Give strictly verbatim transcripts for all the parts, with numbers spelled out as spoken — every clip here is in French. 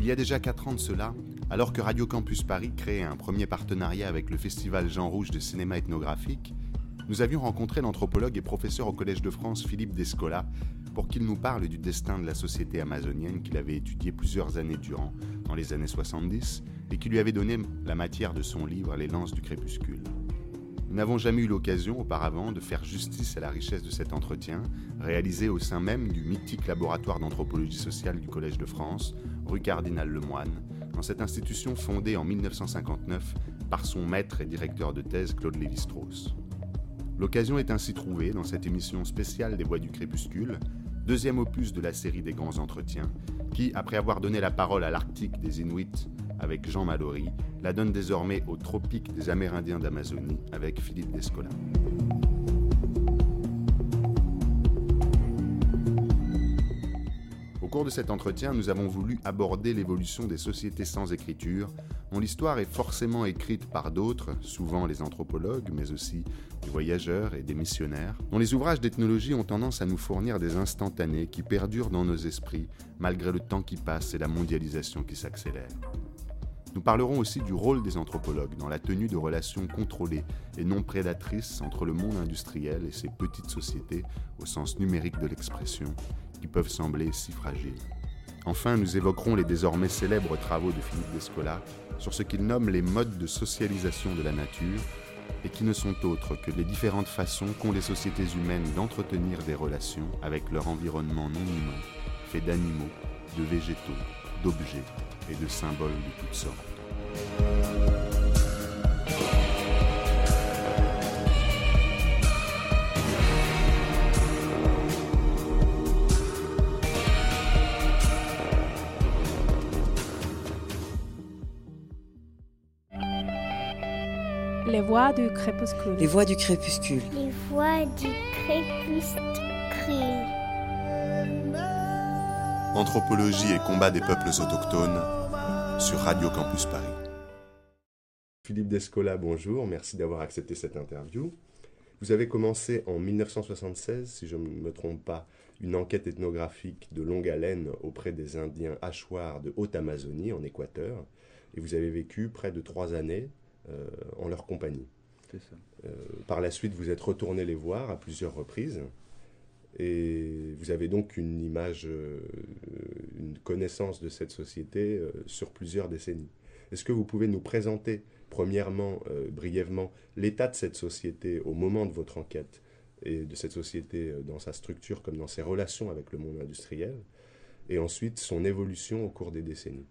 y a déjà quatre ans de cela, alors que Radio Campus Paris créait un premier partenariat avec le Festival Jean Rouge de cinéma ethnographique, nous avions rencontré l'anthropologue et professeur au Collège de France Philippe Descola pour qu'il nous parle du destin de la société amazonienne qu'il avait étudié plusieurs années durant, dans les années soixante-dix, et qui lui avait donné la matière de son livre « Les lances du crépuscule ». Nous n'avons jamais eu l'occasion auparavant de faire justice à la richesse de cet entretien, réalisé au sein même du mythique laboratoire d'anthropologie sociale du Collège de France, rue Cardinal Lemoine, dans cette institution fondée en mille neuf cent cinquante-neuf par son maître et directeur de thèse Claude Lévi-Strauss. L'occasion est ainsi trouvée dans cette émission spéciale des Voix du Crépuscule, deuxième opus de la série des grands entretiens, qui, après avoir donné la parole à l'Arctique des Inuits avec Jean Mallory, la donne désormais aux tropiques des Amérindiens d'Amazonie avec Philippe Descola. Au cours de cet entretien, nous avons voulu aborder l'évolution des sociétés sans écriture, dont l'histoire est forcément écrite par d'autres, souvent les anthropologues, mais aussi des voyageurs et des missionnaires, dont les ouvrages d'ethnologie ont tendance à nous fournir des instantanés qui perdurent dans nos esprits, malgré le temps qui passe et la mondialisation qui s'accélère. Nous parlerons aussi du rôle des anthropologues dans la tenue de relations contrôlées et non prédatrices entre le monde industriel et ces petites sociétés, au sens numérique de l'expression, qui peuvent sembler si fragiles. Enfin, nous évoquerons les désormais célèbres travaux de Philippe Descola sur ce qu'il nomme les modes de socialisation de la nature et qui ne sont autres que les différentes façons qu'ont les sociétés humaines d'entretenir des relations avec leur environnement non humain, fait d'animaux, de végétaux, d'objets et de symboles de toutes sortes. Les voix du crépuscule. Les voix du crépuscule. Les voix du crépuscule. Anthropologie et combat des peuples autochtones sur Radio Campus Paris. Philippe Descola, bonjour, merci d'avoir accepté cette interview. Vous avez commencé en mille neuf cent soixante-seize, si je ne me trompe pas, une enquête ethnographique de longue haleine auprès des Indiens Achuar de Haute-Amazonie, en Équateur, et vous avez vécu près de trois années euh, en leur compagnie. C'est ça. Euh, par la suite, vous êtes retourné les voir à plusieurs reprises. Et vous avez donc une image, euh, une connaissance de cette société euh, sur plusieurs décennies. Est-ce que vous pouvez nous présenter, premièrement, euh, brièvement, l'état de cette société au moment de votre enquête, et de cette société euh, dans sa structure comme dans ses relations avec le monde industriel, et ensuite son évolution au cours des décennies?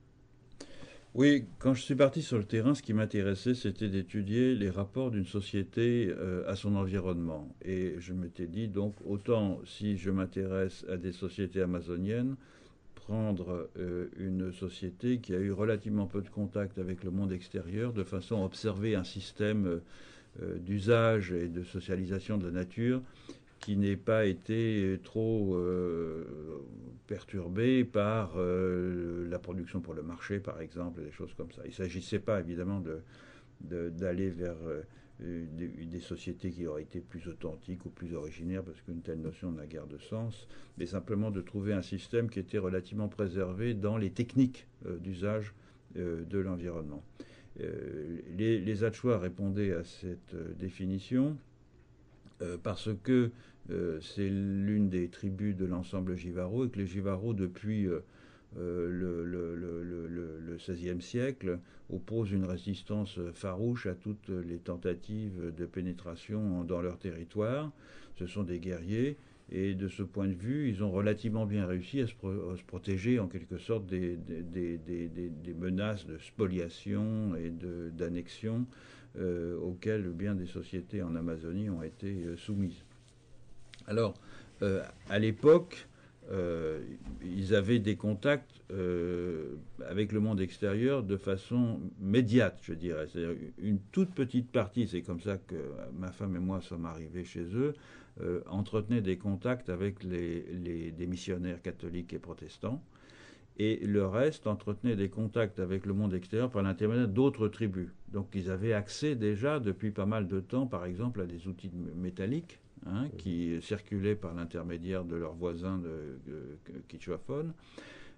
Oui, quand je suis parti sur le terrain, ce qui m'intéressait, c'était d'étudier les rapports d'une société euh, à son environnement. Et je m'étais dit, donc, autant si je m'intéresse à des sociétés amazoniennes, prendre euh, une société qui a eu relativement peu de contact avec le monde extérieur, de façon à observer un système euh, d'usage et de socialisation de la nature qui n'ait pas été trop euh, perturbé par euh, la production pour le marché, par exemple, des choses comme ça. Il ne s'agissait pas, évidemment, de, de, d'aller vers euh, des, des sociétés qui auraient été plus authentiques ou plus originaires, parce qu'une telle notion n'a guère de sens, mais simplement de trouver un système qui était relativement préservé dans les techniques euh, d'usage euh, de l'environnement. Euh, les, les Achuar répondaient à cette euh, définition, Euh, parce que euh, c'est l'une des tribus de l'ensemble Jivaro et que les Jivaro, depuis euh, le, le, le, le, le seizième siècle, opposent une résistance farouche à toutes les tentatives de pénétration dans leur territoire. Ce sont des guerriers et de ce point de vue, ils ont relativement bien réussi à se, pro- à se protéger en quelque sorte des, des, des, des, des, des menaces de spoliation et de, d'annexion Euh, auxquelles bien des sociétés en Amazonie ont été euh, soumises. Alors, euh, à l'époque, euh, ils avaient des contacts euh, avec le monde extérieur de façon médiate, je dirais. C'est-à-dire une toute petite partie, c'est comme ça que ma femme et moi sommes arrivés chez eux, euh, entretenaient des contacts avec les, les, des missionnaires catholiques et protestants. Et le reste entretenait des contacts avec le monde extérieur par l'intermédiaire d'autres tribus. Donc ils avaient accès déjà depuis pas mal de temps, par exemple, à des outils métalliques hein, qui circulaient par l'intermédiaire de leurs voisins de, de, de Kichuafone.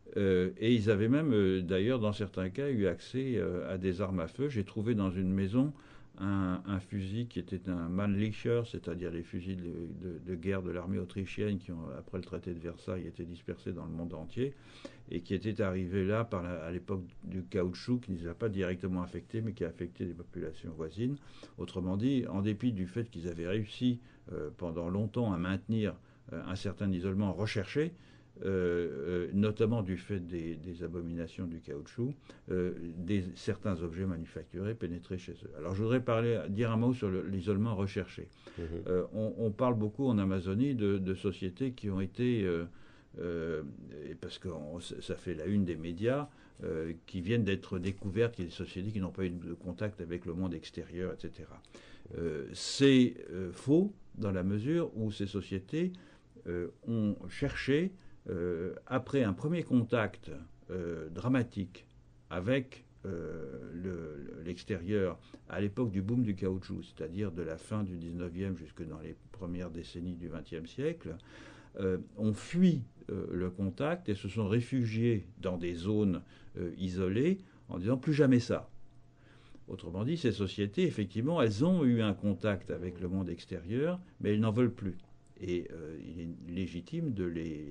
Euh, et ils avaient même, euh, d'ailleurs, dans certains cas, eu accès euh, à des armes à feu. J'ai trouvé dans une maison un, un fusil qui était un Mannlicher, c'est-à-dire les fusils de, de, de guerre de l'armée autrichienne qui, ont, après le traité de Versailles, étaient dispersés dans le monde entier et qui était arrivé là par la, à l'époque du caoutchouc, qui ne les a pas directement affectés, mais qui a affecté les populations voisines. Autrement dit, en dépit du fait qu'ils avaient réussi euh, pendant longtemps à maintenir euh, un certain isolement recherché, Euh, euh, notamment du fait des, des abominations du caoutchouc, euh, des, certains objets manufacturés pénétraient chez eux. Alors je voudrais parler, dire un mot sur le, l'isolement recherché. Mmh. Euh, on, on parle beaucoup en Amazonie de, de sociétés qui ont été, euh, euh, et parce que on, ça fait la une des médias, euh, qui viennent d'être découvertes, qu'il y a des sociétés qui n'ont pas eu de contact avec le monde extérieur, et cetera. Euh, c'est euh, faux dans la mesure où ces sociétés euh, ont cherché Euh, après un premier contact euh, dramatique avec euh, le, l'extérieur à l'époque du boom du caoutchouc, c'est-à-dire de la fin du dix-neuvième jusque dans les premières décennies du vingtième siècle, euh, ont fui euh, le contact et se sont réfugiés dans des zones euh, isolées en disant plus jamais ça. Autrement dit, ces sociétés, effectivement, elles ont eu un contact avec le monde extérieur, mais elles n'en veulent plus. Et euh, il est légitime de, les,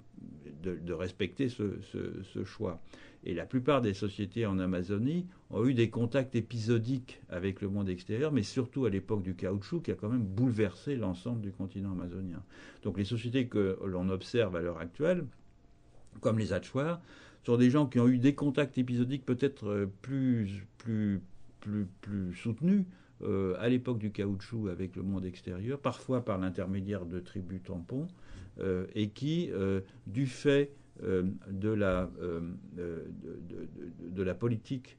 de, de respecter ce, ce, ce choix. Et la plupart des sociétés en Amazonie ont eu des contacts épisodiques avec le monde extérieur, mais surtout à l'époque du caoutchouc, qui a quand même bouleversé l'ensemble du continent amazonien. Donc les sociétés que l'on observe à l'heure actuelle, comme les Achuar, sont des gens qui ont eu des contacts épisodiques peut-être plus, plus, plus, plus soutenus, Euh, à l'époque du caoutchouc avec le monde extérieur, parfois par l'intermédiaire de tribus tampons, euh, et qui, euh, du fait euh, de, la, euh, de, de, de, de la politique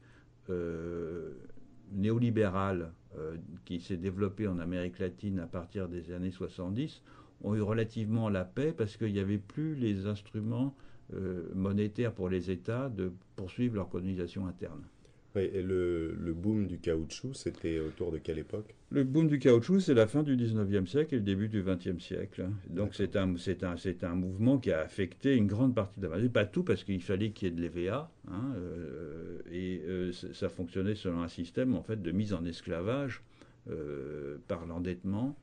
euh, néolibérale euh, qui s'est développée en Amérique latine à partir des années soixante-dix, ont eu relativement la paix parce qu'il n'y avait plus les instruments euh, monétaires pour les États de poursuivre leur colonisation interne. Oui, et le, le boom du caoutchouc, c'était autour de quelle époque? Le boom du caoutchouc, c'est la fin du dix-neuvième siècle et le début du vingtième siècle. Donc c'est un, c'est, un, c'est un mouvement qui a affecté une grande partie de l'Amazonie. Pas tout, parce qu'il fallait qu'il y ait de l'E V A. Hein, euh, et euh, ça fonctionnait selon un système en fait, de mise en esclavage euh, par l'endettement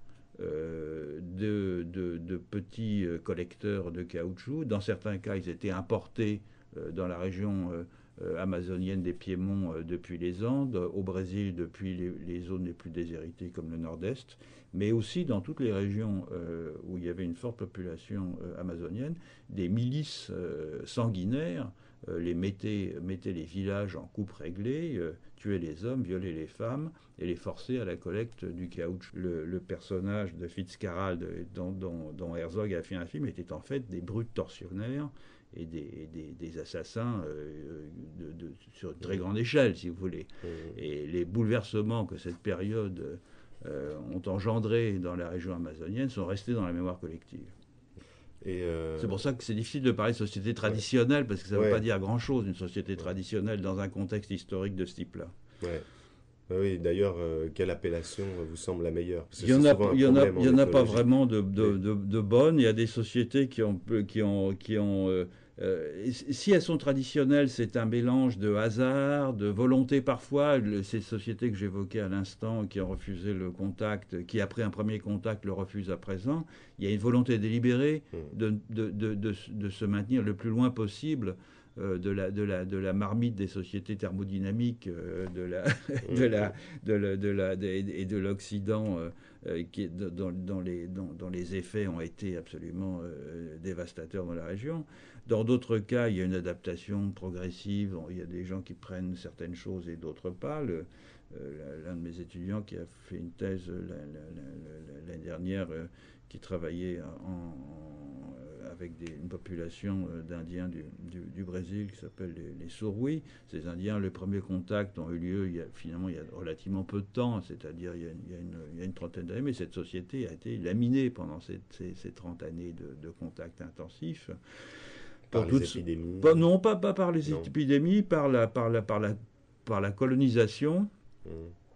euh, de, de, de petits collecteurs de caoutchouc. Dans certains cas, ils étaient importés euh, dans la région euh, Euh, amazonienne des Piémonts euh, depuis les Andes, au Brésil depuis les, les zones les plus déshéritées comme le nord-est, mais aussi dans toutes les régions euh, où il y avait une forte population euh, amazonienne, des milices euh, sanguinaires euh, les mettaient, mettaient les villages en coupe réglée, euh, tuaient les hommes, violaient les femmes et les forçaient à la collecte du caoutchouc. Le, le personnage de Fitzcarrald dont, dont, dont Herzog a fait un film était en fait des brutes tortionnaires et des, des, des assassins euh, de, de, sur une très grande échelle, si vous voulez. Mmh. Et les bouleversements que cette période euh, ont engendrés dans la région amazonienne sont restés dans la mémoire collective. Et euh... C'est pour ça que c'est difficile de parler de société traditionnelle, ouais. parce que ça ne veut ouais. pas dire grand-chose, une société traditionnelle dans un contexte historique de ce type-là. Ouais. Oui, d'ailleurs, euh, quelle appellation vous semble la meilleure? Il n'y en a, il y en a, il y en a pas vraiment de, de, de, de bonnes. Il y a des sociétés qui ont... Qui ont, qui ont euh, Euh, si elles sont traditionnelles, c'est un mélange de hasard, de volonté parfois. Le, ces sociétés que j'évoquais à l'instant, qui ont refusé le contact, qui après un premier contact le refusent à présent, il y a une volonté délibérée de, de, de, de, de se maintenir le plus loin possible euh, de, la, de, la, de la marmite des sociétés thermodynamiques euh, de la, de la, de la, de la, de, et de l'Occident euh, qui, dont, dont, les, dont, dont les effets ont été absolument euh, dévastateurs dans la région. Dans d'autres cas, il y a une adaptation progressive. Il y a des gens qui prennent certaines choses et d'autres pas. Le, euh, l'un de mes étudiants qui a fait une thèse l'année dernière, euh, qui travaillait en, en, avec des, une population d'Indiens du, du, du Brésil qui s'appelle les, les Surui. Ces Indiens, les premiers contacts ont eu lieu il y a, finalement il y a relativement peu de temps, c'est-à-dire il y a, il y a, une, il y a une trentaine d'années, mais cette société a été laminée pendant ces, ces, ces trente années de, de contacts intensifs. Par les épidémies pas, Non, pas, pas par les non. épidémies, par la, par la, par la, par la colonisation. Mmh.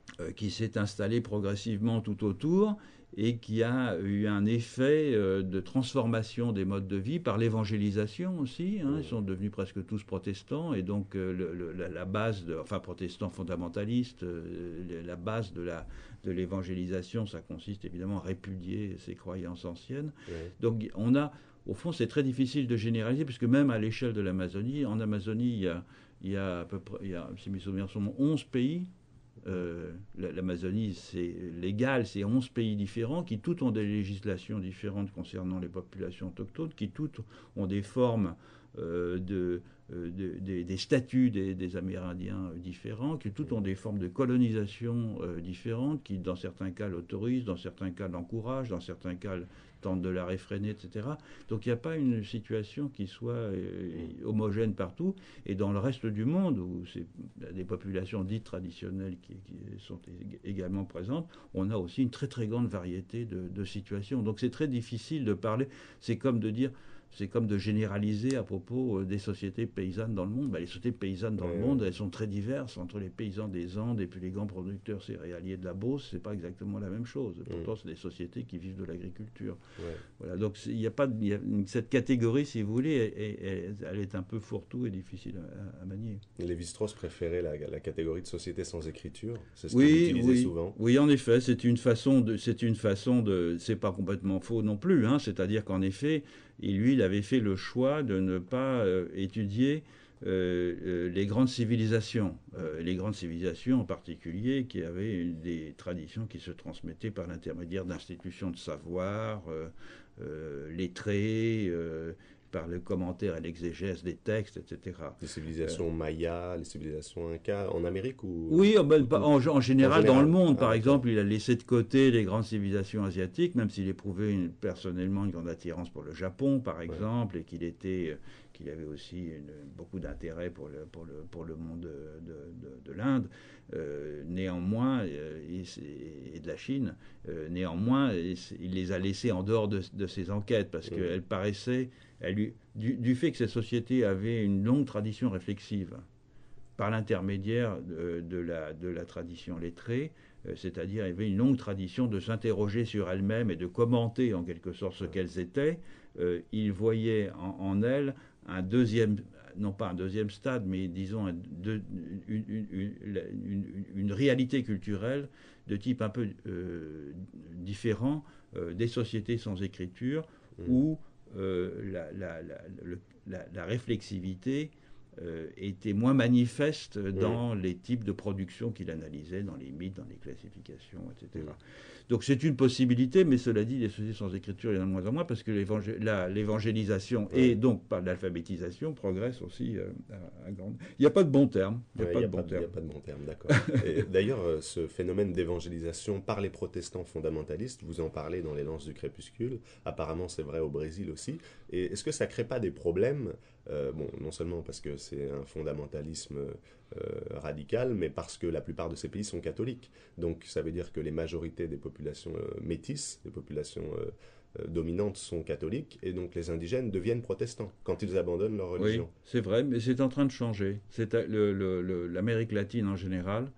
euh, qui s'est installée progressivement tout autour et qui a eu un effet euh, de transformation des modes de vie par l'évangélisation aussi. Hein, ils sont devenus presque tous protestants et donc euh, le, le, la, la base, de, enfin protestants fondamentalistes, euh, la base de la de l'évangélisation, ça consiste évidemment à répudier ces croyances anciennes. Ouais. Donc on a, au fond, c'est très difficile de généraliser puisque même à l'échelle de l'Amazonie, en Amazonie, il y a, il y a à peu près, il y a, si mes souvenirs sont bons, onze pays. Euh, L'Amazonie, c'est légal, c'est onze pays différents qui tous ont des législations différentes concernant les populations autochtones, qui tous ont des formes euh, de, euh, de, de, des statuts des, des Amérindiens différents, qui tous ont des formes de colonisation euh, différentes, qui dans certains cas l'autorisent, dans certains cas l'encouragent, dans certains cas tentent de la réfréner, et cetera. Donc il n'y a pas une situation qui soit euh, homogène partout. Et dans le reste du monde, où c'est des populations dites traditionnelles qui, qui sont également présentes, on a aussi une très très grande variété de, de situations. Donc c'est très difficile de parler. C'est comme de dire... C'est comme de généraliser à propos des sociétés paysannes dans le monde. Ben, les sociétés paysannes dans ouais, le monde, elles sont très diverses entre les paysans des Andes et puis les grands producteurs céréaliers de la Beauce. C'est pas exactement la même chose. Pourtant, mmh. c'est des sociétés qui vivent de l'agriculture. Ouais. Voilà. Donc, il n'y a pas, y a, cette catégorie, si vous voulez, elle, elle, elle est un peu fourre-tout et difficile à, à manier. Lévi-Strauss préférait la, la catégorie de société sans écriture. C'est ce oui, qu'il utilisait oui, souvent. Oui, en effet, c'est une façon de, c'est une façon de, c'est pas complètement faux non plus. Hein, c'est-à-dire qu'en effet, et lui, il avait fait le choix de ne pas euh, étudier euh, euh, les grandes civilisations. Euh, les grandes civilisations en particulier qui avaient une, des traditions qui se transmettaient par l'intermédiaire d'institutions de savoir, euh, euh, lettrées, euh, par le commentaire et l'exégèse des textes, et cetera. Les civilisations euh, mayas, les civilisations incas, en Amérique ou... Oui, ben, en, en, général, en général dans le monde. Par ah, exemple, okay. il a laissé de côté les grandes civilisations asiatiques, même s'il éprouvait une, personnellement une grande attirance pour le Japon, par exemple, ouais. et qu'il était, qu'il avait aussi une, beaucoup d'intérêt pour le, pour, le, pour le monde de, de, de, de l'Inde. Euh, néanmoins, euh, et, et de la Chine, euh, néanmoins, il les a laissés en dehors de, de ses enquêtes, parce ouais. qu'elles paraissaient... Elle lui, du, du fait que cette société avait une longue tradition réflexive, par l'intermédiaire de, de, la, de la tradition lettrée, euh, c'est-à-dire il y avait une longue tradition de s'interroger sur elle-même et de commenter en quelque sorte ce qu'elles étaient, euh, il voyait en, en elles un deuxième, non pas un deuxième stade, mais disons un, de, une, une, une, une, une réalité culturelle de type un peu euh, différent euh, des sociétés sans écriture, mmh. où Euh, la, la, la, le, la, la réflexivité euh, était moins manifeste dans mmh. les types de production qu'il analysait, dans les mythes, dans les classifications, et cetera. Mmh. Donc c'est une possibilité, mais cela dit, les sociétés sans écriture, il y en a de moins en moins, parce que l'évangé- la, l'évangélisation mmh. et donc par l'alphabétisation progresse aussi euh, à, à grande... Il n'y a pas de bon terme. Il n'y a, ouais, pas, a, de bon a pas de bon terme, d'accord. Et d'ailleurs, ce phénomène d'évangélisation par les protestants fondamentalistes, vous en parlez dans Les Lances du Crépuscule, apparemment c'est vrai au Brésil aussi, et est-ce que ça ne crée pas des problèmes euh, bon, non seulement parce que c'est un fondamentalisme euh, radical, mais parce que la plupart de ces pays sont catholiques. Donc ça veut dire que les majorités des populations euh, métisses, des populations euh, euh, dominantes sont catholiques, et donc les indigènes deviennent protestants quand ils abandonnent leur religion. Oui, c'est vrai, mais c'est en train de changer. C'est le, le, le, l'Amérique latine en général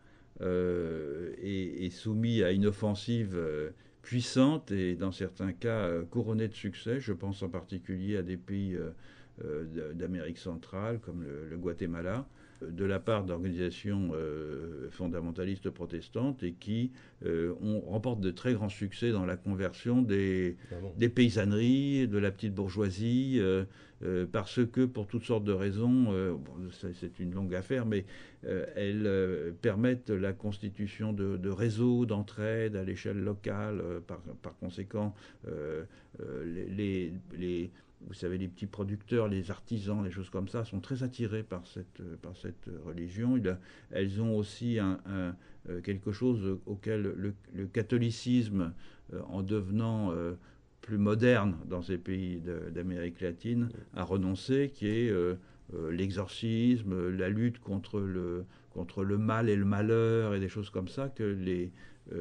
euh, est, est soumise à une offensive euh, puissante et dans certains cas euh, couronnée de succès. Je pense en particulier à des pays euh, euh, d'Amérique centrale comme le, le Guatemala, de la part d'organisations euh, fondamentalistes protestantes et qui euh, on remporte de très grands succès dans la conversion des, ah bon. des paysanneries, de la petite bourgeoisie, euh, euh, parce que pour toutes sortes de raisons, euh, bon, c'est une longue affaire, mais euh, elles euh, permettent la constitution de, de réseaux d'entraide à l'échelle locale. Euh, par, par conséquent, euh, euh, les, les, les vous savez, les petits producteurs, les artisans, les choses comme ça, sont très attirés par cette, par cette religion. Il a, elles ont aussi un, un, quelque chose auquel le, le catholicisme, en devenant euh, plus moderne dans ces pays de, d'Amérique latine, a renoncé, qui est euh, l'exorcisme, la lutte contre le, contre le mal et le malheur, et des choses comme ça, que les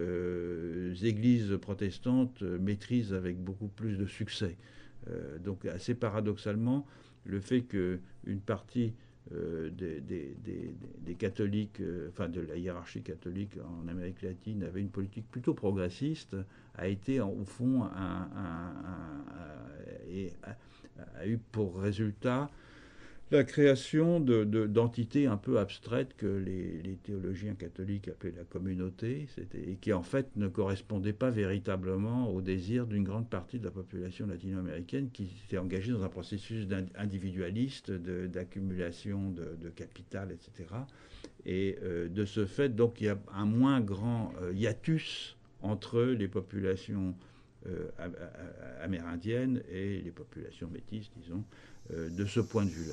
euh, églises protestantes maîtrisent avec beaucoup plus de succès. Euh, donc assez paradoxalement, le fait qu'une partie euh, des, des, des, des catholiques, euh, enfin de la hiérarchie catholique en Amérique latine avait une politique plutôt progressiste, a été au fond un, un, un, un, et a, a eu pour résultat la création de, de, d'entités un peu abstraites que les, les théologiens catholiques appelaient la communauté, et qui en fait ne correspondaient pas véritablement au désir d'une grande partie de la population latino-américaine qui s'était engagée dans un processus individualiste, de, d'accumulation de, de capital, et cetera. Et euh, de ce fait, donc, il y a un moins grand euh, hiatus entre les populations euh, amérindiennes et les populations métisses, disons, euh, de ce point de vue-là.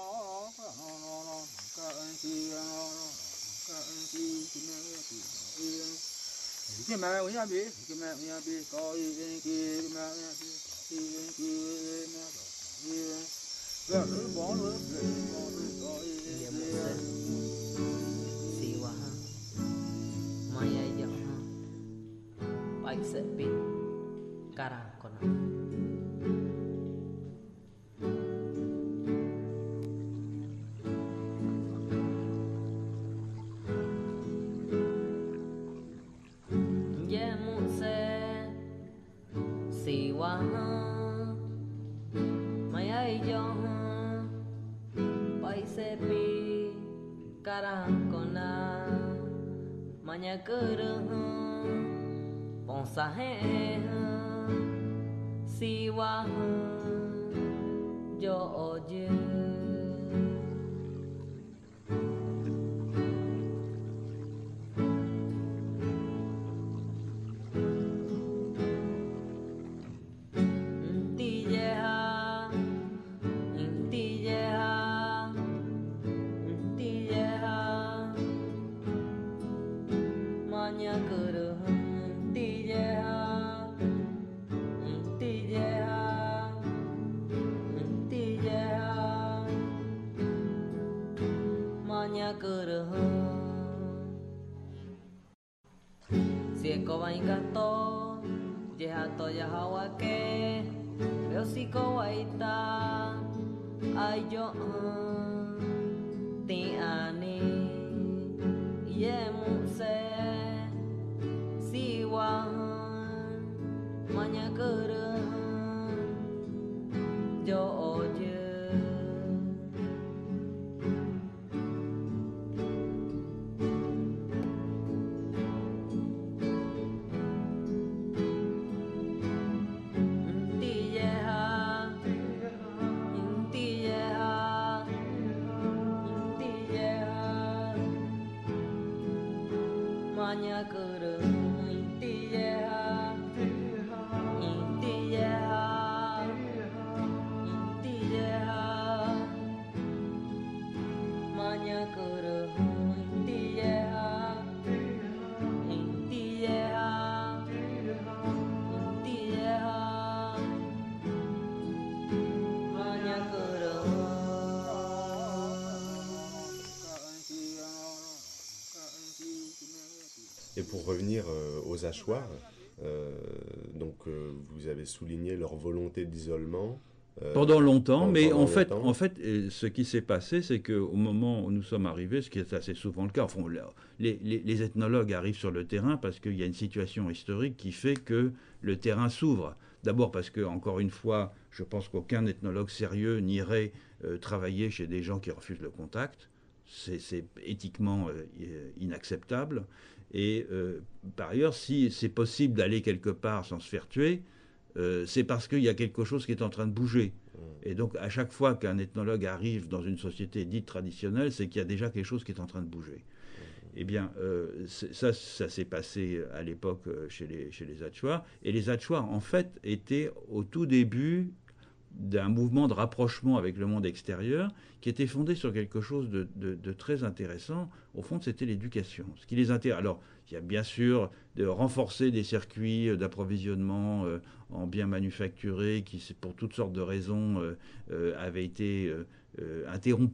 Et pour revenir euh, aux Achuars, euh, donc euh, vous avez souligné leur volonté d'isolement. Euh, pendant longtemps, pendant, mais pendant en, fait, longtemps. en fait, ce qui s'est passé, c'est qu'au moment où nous sommes arrivés, ce qui est assez souvent le cas, enfin, les, les, les ethnologues arrivent sur le terrain parce qu'il y a une situation historique qui fait que le terrain s'ouvre. D'abord parce que, encore une fois, je pense qu'aucun ethnologue sérieux n'irait euh, travailler chez des gens qui refusent le contact. C'est, c'est éthiquement euh, inacceptable. Et euh, par ailleurs, si c'est possible d'aller quelque part sans se faire tuer, euh, c'est parce qu'il y a quelque chose qui est en train de bouger. Et donc, à chaque fois qu'un ethnologue arrive dans une société dite traditionnelle, c'est qu'il y a déjà quelque chose qui est en train de bouger. Eh bien, euh, ça, ça s'est passé à l'époque chez les, chez les Achuars. Et les Achuars, en fait, étaient au tout début d'un mouvement de rapprochement avec le monde extérieur qui était fondé sur quelque chose de, de, de très intéressant. Au fond, c'était l'éducation. Ce qui les intéresse. Alors, il y a bien sûr de renforcer des circuits d'approvisionnement euh, en biens manufacturés qui, pour toutes sortes de raisons, euh, euh, avaient été euh, euh, interrompus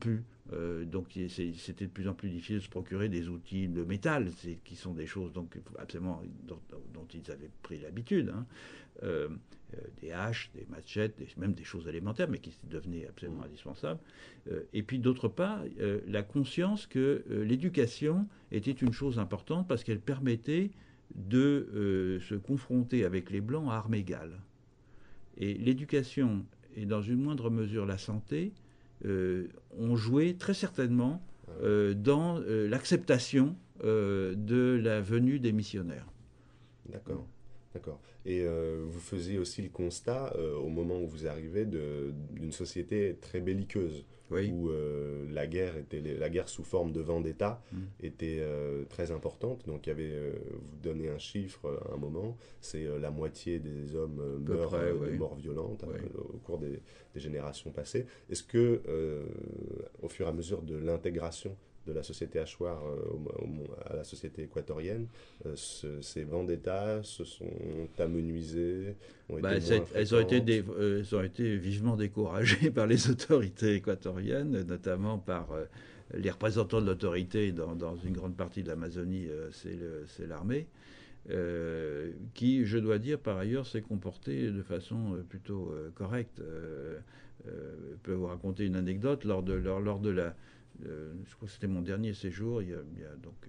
Euh, donc c'est, c'était de plus en plus difficile de se procurer des outils de métal, qui sont des choses donc, absolument dont, dont ils avaient pris l'habitude. Hein. Euh, euh, des haches, des machettes, des, même des choses élémentaires, mais qui devenaient absolument indispensables. Euh, et puis d'autre part, euh, la conscience que euh, l'éducation était une chose importante parce qu'elle permettait de euh, se confronter avec les Blancs à armes égales. Et l'éducation, et dans une moindre mesure la santé, euh, ont joué très certainement euh, dans euh, l'acceptation euh, de la venue des missionnaires. D'accord. D'accord. Et euh, vous faisiez aussi le constat, euh, au moment où vous arrivez, de, d'une société très belliqueuse, oui. où euh, la guerre était, la guerre sous forme de vendetta mm. était euh, très importante. Donc il y avait, euh, vous donnez un chiffre à un moment, c'est euh, la moitié des hommes euh, meurent près, euh, de oui. morts violentes oui. euh, au cours des, des générations passées. Est-ce que, euh, au fur et à mesure de l'intégration de la société hachoir euh, à la société équatorienne, euh, ce, ces vendettas se sont amenuisées, ont bah, été moins elles, ont été dé, euh, elles ont été vivement découragées par les autorités équatoriennes, notamment par euh, les représentants de l'autorité dans, dans une grande partie de l'Amazonie, euh, c'est, le, c'est l'armée, euh, qui, je dois dire, par ailleurs, s'est comportée de façon euh, plutôt euh, correcte. Euh, euh, je peux vous raconter une anecdote lors de, lors, lors de la... Euh, je crois que c'était mon dernier séjour, il y a, il y a donc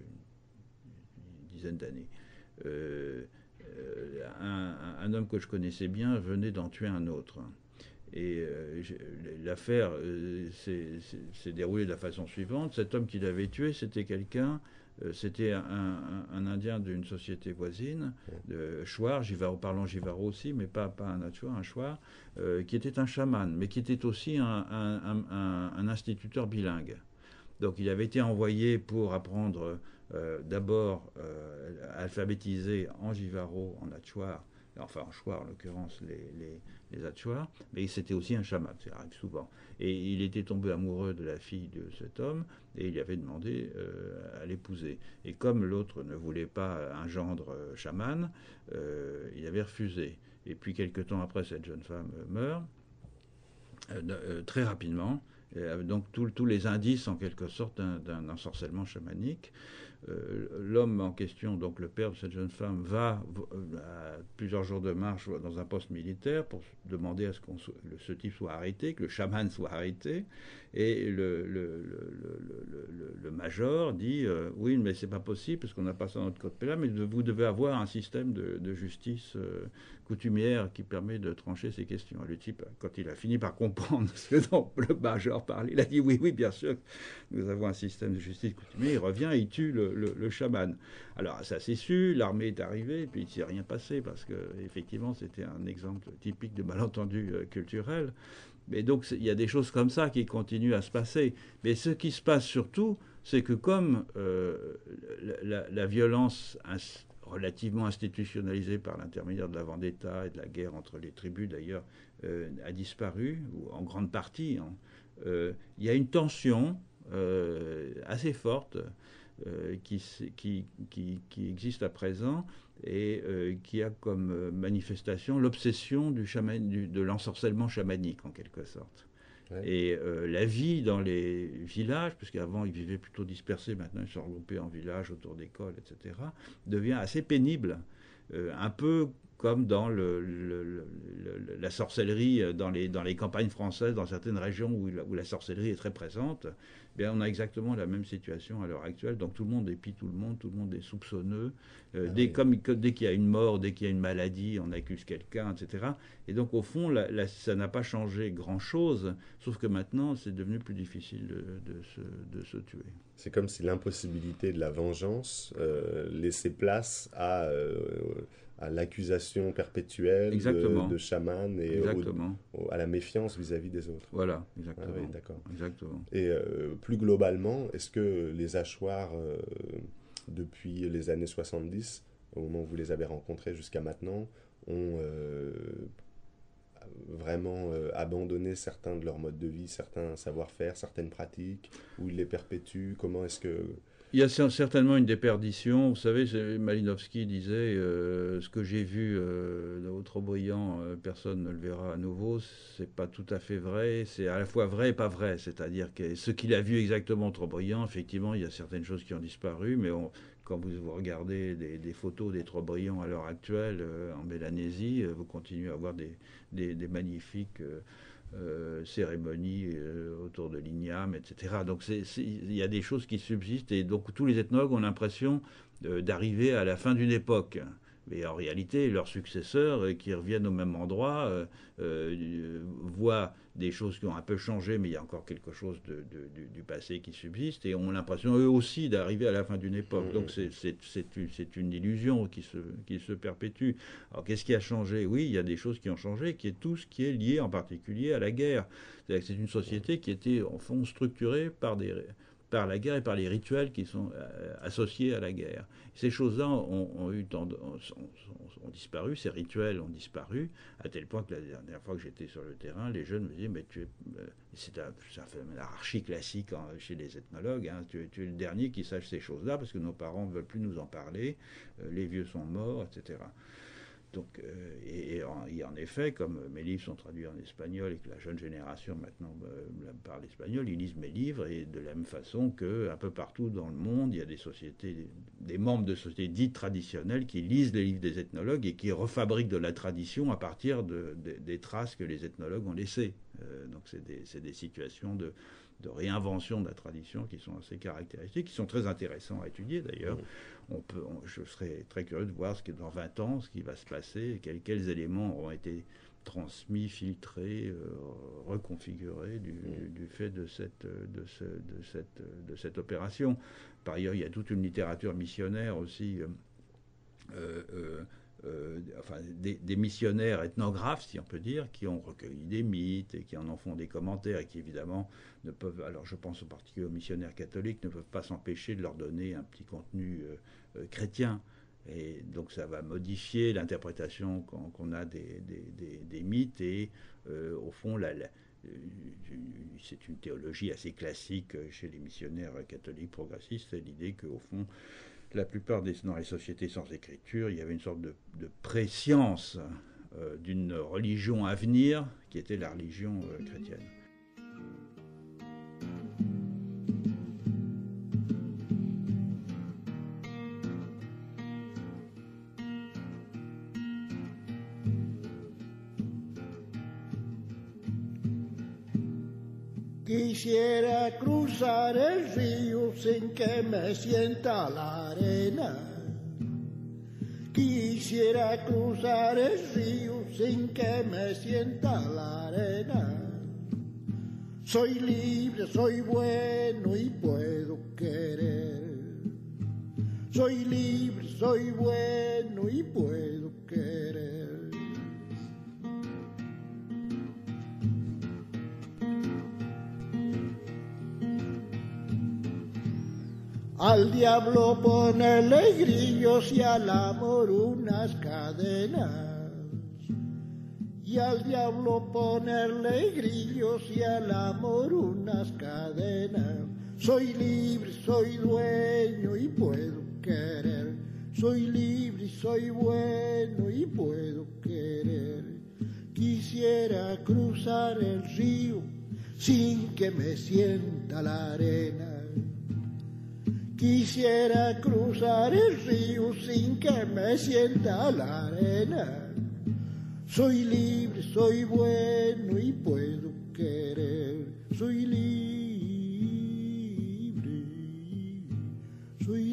une, une dizaine d'années. Euh, euh, un, un homme que je connaissais bien venait d'en tuer un autre. Et euh, l'affaire euh, s'est, s'est déroulée de la façon suivante. Cet homme qui l'avait tué, c'était quelqu'un, euh, c'était un, un, un Indien d'une société voisine, de Chouar, Jivaro, parlant Jivaro aussi, mais pas, pas un Achouar, un Chouar, euh, qui était un chaman, mais qui était aussi un, un, un, un instituteur bilingue. Donc il avait été envoyé pour apprendre euh, d'abord euh, alphabétiser en Jivaro, en Achouar, enfin en Chouar en l'occurrence les, les, les Achouars, mais c'était aussi un chaman, ça arrive souvent. Et il était tombé amoureux de la fille de cet homme et il avait demandé euh, à l'épouser. Et comme l'autre ne voulait pas un gendre euh, chaman, euh, il avait refusé. Et puis quelque temps après, cette jeune femme meurt, euh, euh, très rapidement. Et donc tous les indices en quelque sorte d'un, d'un ensorcellement chamanique. Euh, l'homme en question, donc le père de cette jeune femme, va à plusieurs jours de marche dans un poste militaire pour demander à ce que ce type soit arrêté, que le chaman soit arrêté. Et le, le, le, le, le, le major dit euh, oui, mais c'est pas possible parce qu'on n'a pas ça dans notre code pénal, mais vous devez avoir un système de, de justice euh, coutumière qui permet de trancher ces questions. Et le type, quand il a fini par comprendre ce dont le major parlait, il a dit oui, oui, bien sûr, nous avons un système de justice coutumière. Il revient et il tue le, le, le chaman. Alors ça s'est su, l'armée est arrivée, puis il ne s'est rien passé parce que effectivement c'était un exemple typique de malentendu euh, culturel. Mais donc il y a des choses comme ça qui continuent à se passer. Mais ce qui se passe surtout, c'est que comme euh, la, la, la violence ins- relativement institutionnalisée par l'intermédiaire de la vendetta et de la guerre entre les tribus d'ailleurs euh, a disparu, ou en grande partie, hein, euh, il y a une tension euh, assez forte euh, qui, qui, qui, qui existe à présent et euh, qui a comme manifestation l'obsession du chaman, du, de l'ensorcellement chamanique, en quelque sorte. Ouais. Et euh, la vie dans les villages, puisqu'avant ils vivaient plutôt dispersés, maintenant ils sont regroupés en villages autour d'écoles, et cetera, devient assez pénible, euh, un peu comme dans le, le, le, le, la sorcellerie dans les, dans les campagnes françaises, dans certaines régions où la, où la sorcellerie est très présente. Bien, on a exactement la même situation à l'heure actuelle. Donc tout le monde épie tout le monde, tout le monde est soupçonneux. Euh, ah dès, oui. comme, dès qu'il y a une mort, dès qu'il y a une maladie, on accuse quelqu'un, et cetera. Et donc au fond, la, la, ça n'a pas changé grand-chose, sauf que maintenant, c'est devenu plus difficile de, de, se, de se tuer. C'est comme si l'impossibilité de la vengeance euh, laissait place à... Euh, à l'accusation perpétuelle de, de chaman et au, au, à la méfiance vis-à-vis des autres. Voilà, exactement. Ah oui, d'accord. Exactement. Et euh, plus globalement, est-ce que les Achouars, euh, depuis les années soixante-dix, au moment où vous les avez rencontrés jusqu'à maintenant, ont euh, vraiment euh, abandonné certains de leurs modes de vie, certains savoir-faire, certaines pratiques, ou ils les perpétuent? Comment est-ce que... Il y a certainement une déperdition. Vous savez, Malinowski disait euh, ce que j'ai vu euh, au Trobriand, euh, personne ne le verra à nouveau. C'est pas tout à fait vrai. C'est à la fois vrai et pas vrai. C'est-à-dire que ce qu'il a vu exactement au Trobriand, effectivement, il y a certaines choses qui ont disparu, mais on, quand vous, vous regardez des, des photos des Trobriand à l'heure actuelle euh, en Mélanésie, euh, vous continuez à avoir des, des, des magnifiques euh, Euh, cérémonies euh, autour de l'igname, et cetera. Donc il y a des choses qui subsistent et donc tous les ethnologues ont l'impression euh, d'arriver à la fin d'une époque. Mais en réalité, leurs successeurs euh, qui reviennent au même endroit euh, euh, voient des choses qui ont un peu changé, mais il y a encore quelque chose de, de, du, du passé qui subsiste et ont l'impression eux aussi d'arriver à la fin d'une époque. Donc c'est, c'est, c'est, une, c'est une illusion qui se, qui se perpétue. Alors qu'est-ce qui a changé? Oui, il y a des choses qui ont changé, qui est tout ce qui est lié en particulier à la guerre. C'est-à-dire que c'est une société qui était en fond structurée par des... par la guerre et par les rituels qui sont euh, associés à la guerre. Ces choses-là ont, ont, eu tendance, ont, ont, ont disparu, ces rituels ont disparu, à tel point que la dernière fois que j'étais sur le terrain, les jeunes me disaient, mais tu es, euh, c'est un, c'est un phénomène archi-classique hein, chez les ethnologues, hein, tu, tu es le dernier qui sache ces choses-là, parce que nos parents ne veulent plus nous en parler, euh, les vieux sont morts, et cetera. Donc, euh, et, et, en, et en effet, comme mes livres sont traduits en espagnol et que la jeune génération maintenant euh, parle espagnol, ils lisent mes livres et de la même façon qu'un peu partout dans le monde, il y a des sociétés, des, des membres de sociétés dites traditionnelles qui lisent les livres des ethnologues et qui refabriquent de la tradition à partir de, de, des traces que les ethnologues ont laissées. Euh, donc c'est des, c'est des situations de, de réinvention de la tradition qui sont assez caractéristiques, qui sont très intéressantes à étudier d'ailleurs. Mmh. On peut, on, je serais très curieux de voir ce qui, dans vingt ans, ce qui va se passer, quels, quels éléments auront été transmis, filtrés, euh, reconfigurés du, mmh. du, du fait de cette, de, ce, de, cette, de cette opération. Par ailleurs, il y a toute une littérature missionnaire aussi, euh, euh, euh, enfin, des, des missionnaires ethnographes, si on peut dire, qui ont recueilli des mythes et qui en en font des commentaires et qui, évidemment, ne peuvent, alors je pense en particulier aux missionnaires catholiques, ne peuvent pas s'empêcher de leur donner un petit contenu euh, euh, chrétien. Et donc ça va modifier l'interprétation qu'on, qu'on a des, des, des, des mythes et, euh, au fond, la, la, c'est une théologie assez classique chez les missionnaires catholiques progressistes, c'est l'idée qu'au fond, la plupart des, dans les sociétés sans écriture, il y avait une sorte de, de préscience euh, d'une religion à venir qui était la religion euh, chrétienne. Quisiera cruzar el río sin que me sienta la arena. Quisiera cruzar el río sin que me sienta la arena. Soy libre, soy bueno y puedo querer. Soy libre, soy bueno y puedo querer. Al diablo ponerle grillos y al amor unas cadenas. Y al diablo ponerle grillos y al amor unas cadenas. Soy libre, soy dueño y puedo querer. Soy libre y soy bueno y puedo querer. Quisiera cruzar el río sin que me sienta la arena. Quisiera cruzar el río sin que me sienta la arena. Soy libre, soy bueno y puedo querer. Soy libre, soy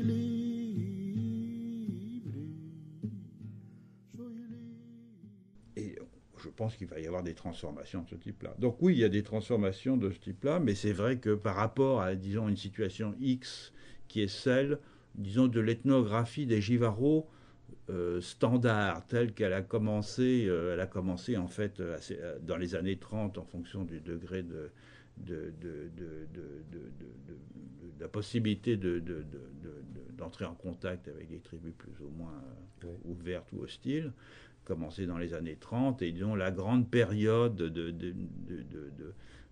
libre, soy libre. Et je pense qu'il va y avoir des transformations de ce type-là. Donc oui, il y a des transformations de ce type-là, mais c'est vrai que par rapport à, disons, une situation X, qui est celle, disons, de l'ethnographie des Jivaros euh, standard, telle qu'elle a commencé, euh, elle a commencé en fait assez, euh, dans les années trente, en fonction du degré de, de, de, de, de, de, de, de, de la possibilité de, de, de, de, d'entrer en contact avec des tribus plus ou moins euh, oui. ouvertes ou hostiles, commencé dans les années trente, et disons la grande période de, de, de, de, de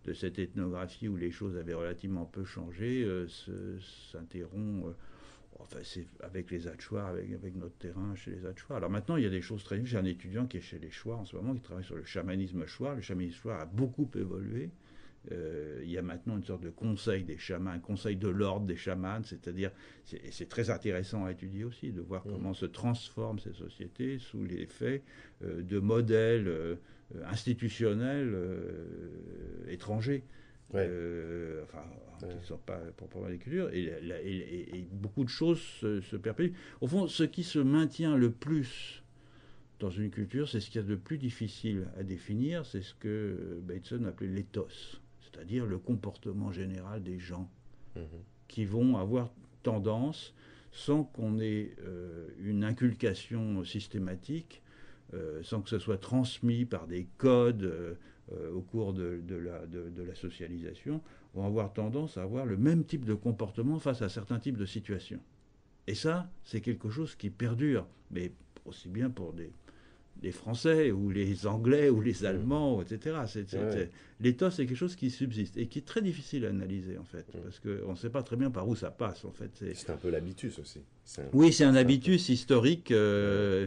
de cette ethnographie où les choses avaient relativement peu changé euh, se, s'interrompt. Euh, Enfin, c'est avec les Hatchoirs, avec, avec notre terrain chez les Hatchoirs. Alors maintenant, il y a des choses très... J'ai un étudiant qui est chez les Chouars en ce moment, qui travaille sur le chamanisme chouar. Le chamanisme chouar a beaucoup évolué. Euh, il y a maintenant une sorte de conseil des chamans, un conseil de l'ordre des chamans, c'est-à-dire, c'est, et c'est très intéressant à étudier aussi, de voir mmh. comment se transforment ces sociétés sous l'effet euh, de modèles euh, institutionnels euh, étrangers. Ouais. Euh, enfin, ouais. qui ne sont pas proprement des cultures, et, et, et, et beaucoup de choses se, se perpétuent. Au fond, ce qui se maintient le plus dans une culture, c'est ce qu'il y a de plus difficile à définir, c'est ce que Bateson appelait l'éthos, c'est-à-dire le comportement général des gens mmh. qui vont avoir tendance, sans qu'on ait euh, une inculcation systématique, euh, sans que ce soit transmis par des codes euh, euh, au cours de, de, la, de, de la socialisation, vont avoir tendance à avoir le même type de comportement face à certains types de situations. Et ça, c'est quelque chose qui perdure, mais aussi bien pour des, des Français, ou les Anglais, ou les Allemands, et cetera. C'est, c'est, ouais. c'est, l'éthos, c'est quelque chose qui subsiste, et qui est très difficile à analyser, en fait, ouais. parce qu'on ne sait pas très bien par où ça passe, en fait. C'est, c'est un peu l'habitus aussi. C'est un... Oui, c'est un habitus historique. Euh,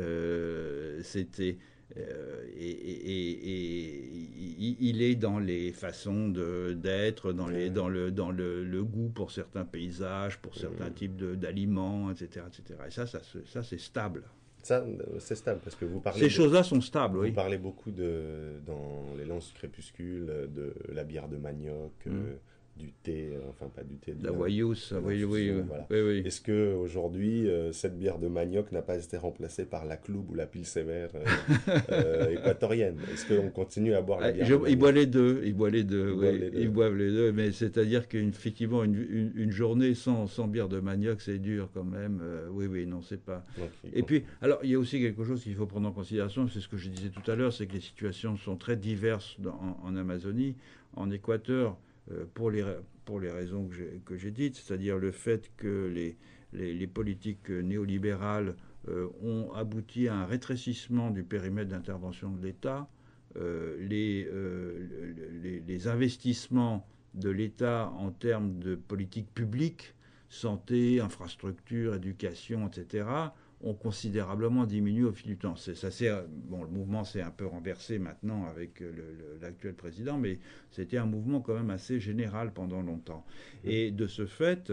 euh, c'était... Euh, et, et, et, et il est dans les façons de, d'être, dans, les, dans, le, dans le, le goût pour certains paysages, pour certains mmh. types de, d'aliments, et cetera, et cetera. Et ça, ça, ça c'est stable. Ça, c'est stable, parce que vous parlez... Ces de, choses-là sont stables, vous oui. Vous parlez beaucoup, de, dans Les Lances du Crépuscule, de la bière de manioc, mmh. euh, du thé, euh, enfin pas du thé... La Wayous, oui, oui, voilà. oui, oui. Est-ce qu'aujourd'hui, euh, cette bière de manioc n'a pas été remplacée par la Cloube ou la Pilsener euh, euh, équatorienne? Est-ce qu'on continue à boire la bière Je, de manioc? Ils boivent les deux, ils boivent les deux, ils, oui, boivent les deux. Ils boivent les deux, mais c'est-à-dire qu'effectivement, une, une, une journée sans, sans bière de manioc, c'est dur quand même. Euh, oui, oui, non, c'est pas... Okay, Et bon. Puis, alors, il y a aussi quelque chose qu'il faut prendre en considération, c'est ce que je disais tout à l'heure, c'est que les situations sont très diverses dans, en, en Amazonie. En Équateur, euh, pour les... pour les raisons que j'ai, que j'ai dites, c'est-à-dire le fait que les, les, les politiques néolibérales euh, ont abouti à un rétrécissement du périmètre d'intervention de l'État, euh, les, euh, les, les investissements de l'État en termes de politique publique, santé, infrastructure, éducation, et cetera, ont considérablement diminué au fil du temps. C'est, ça c'est, bon, le mouvement s'est un peu renversé maintenant avec le, le, l'actuel président, mais c'était un mouvement quand même assez général pendant longtemps. Et de ce fait,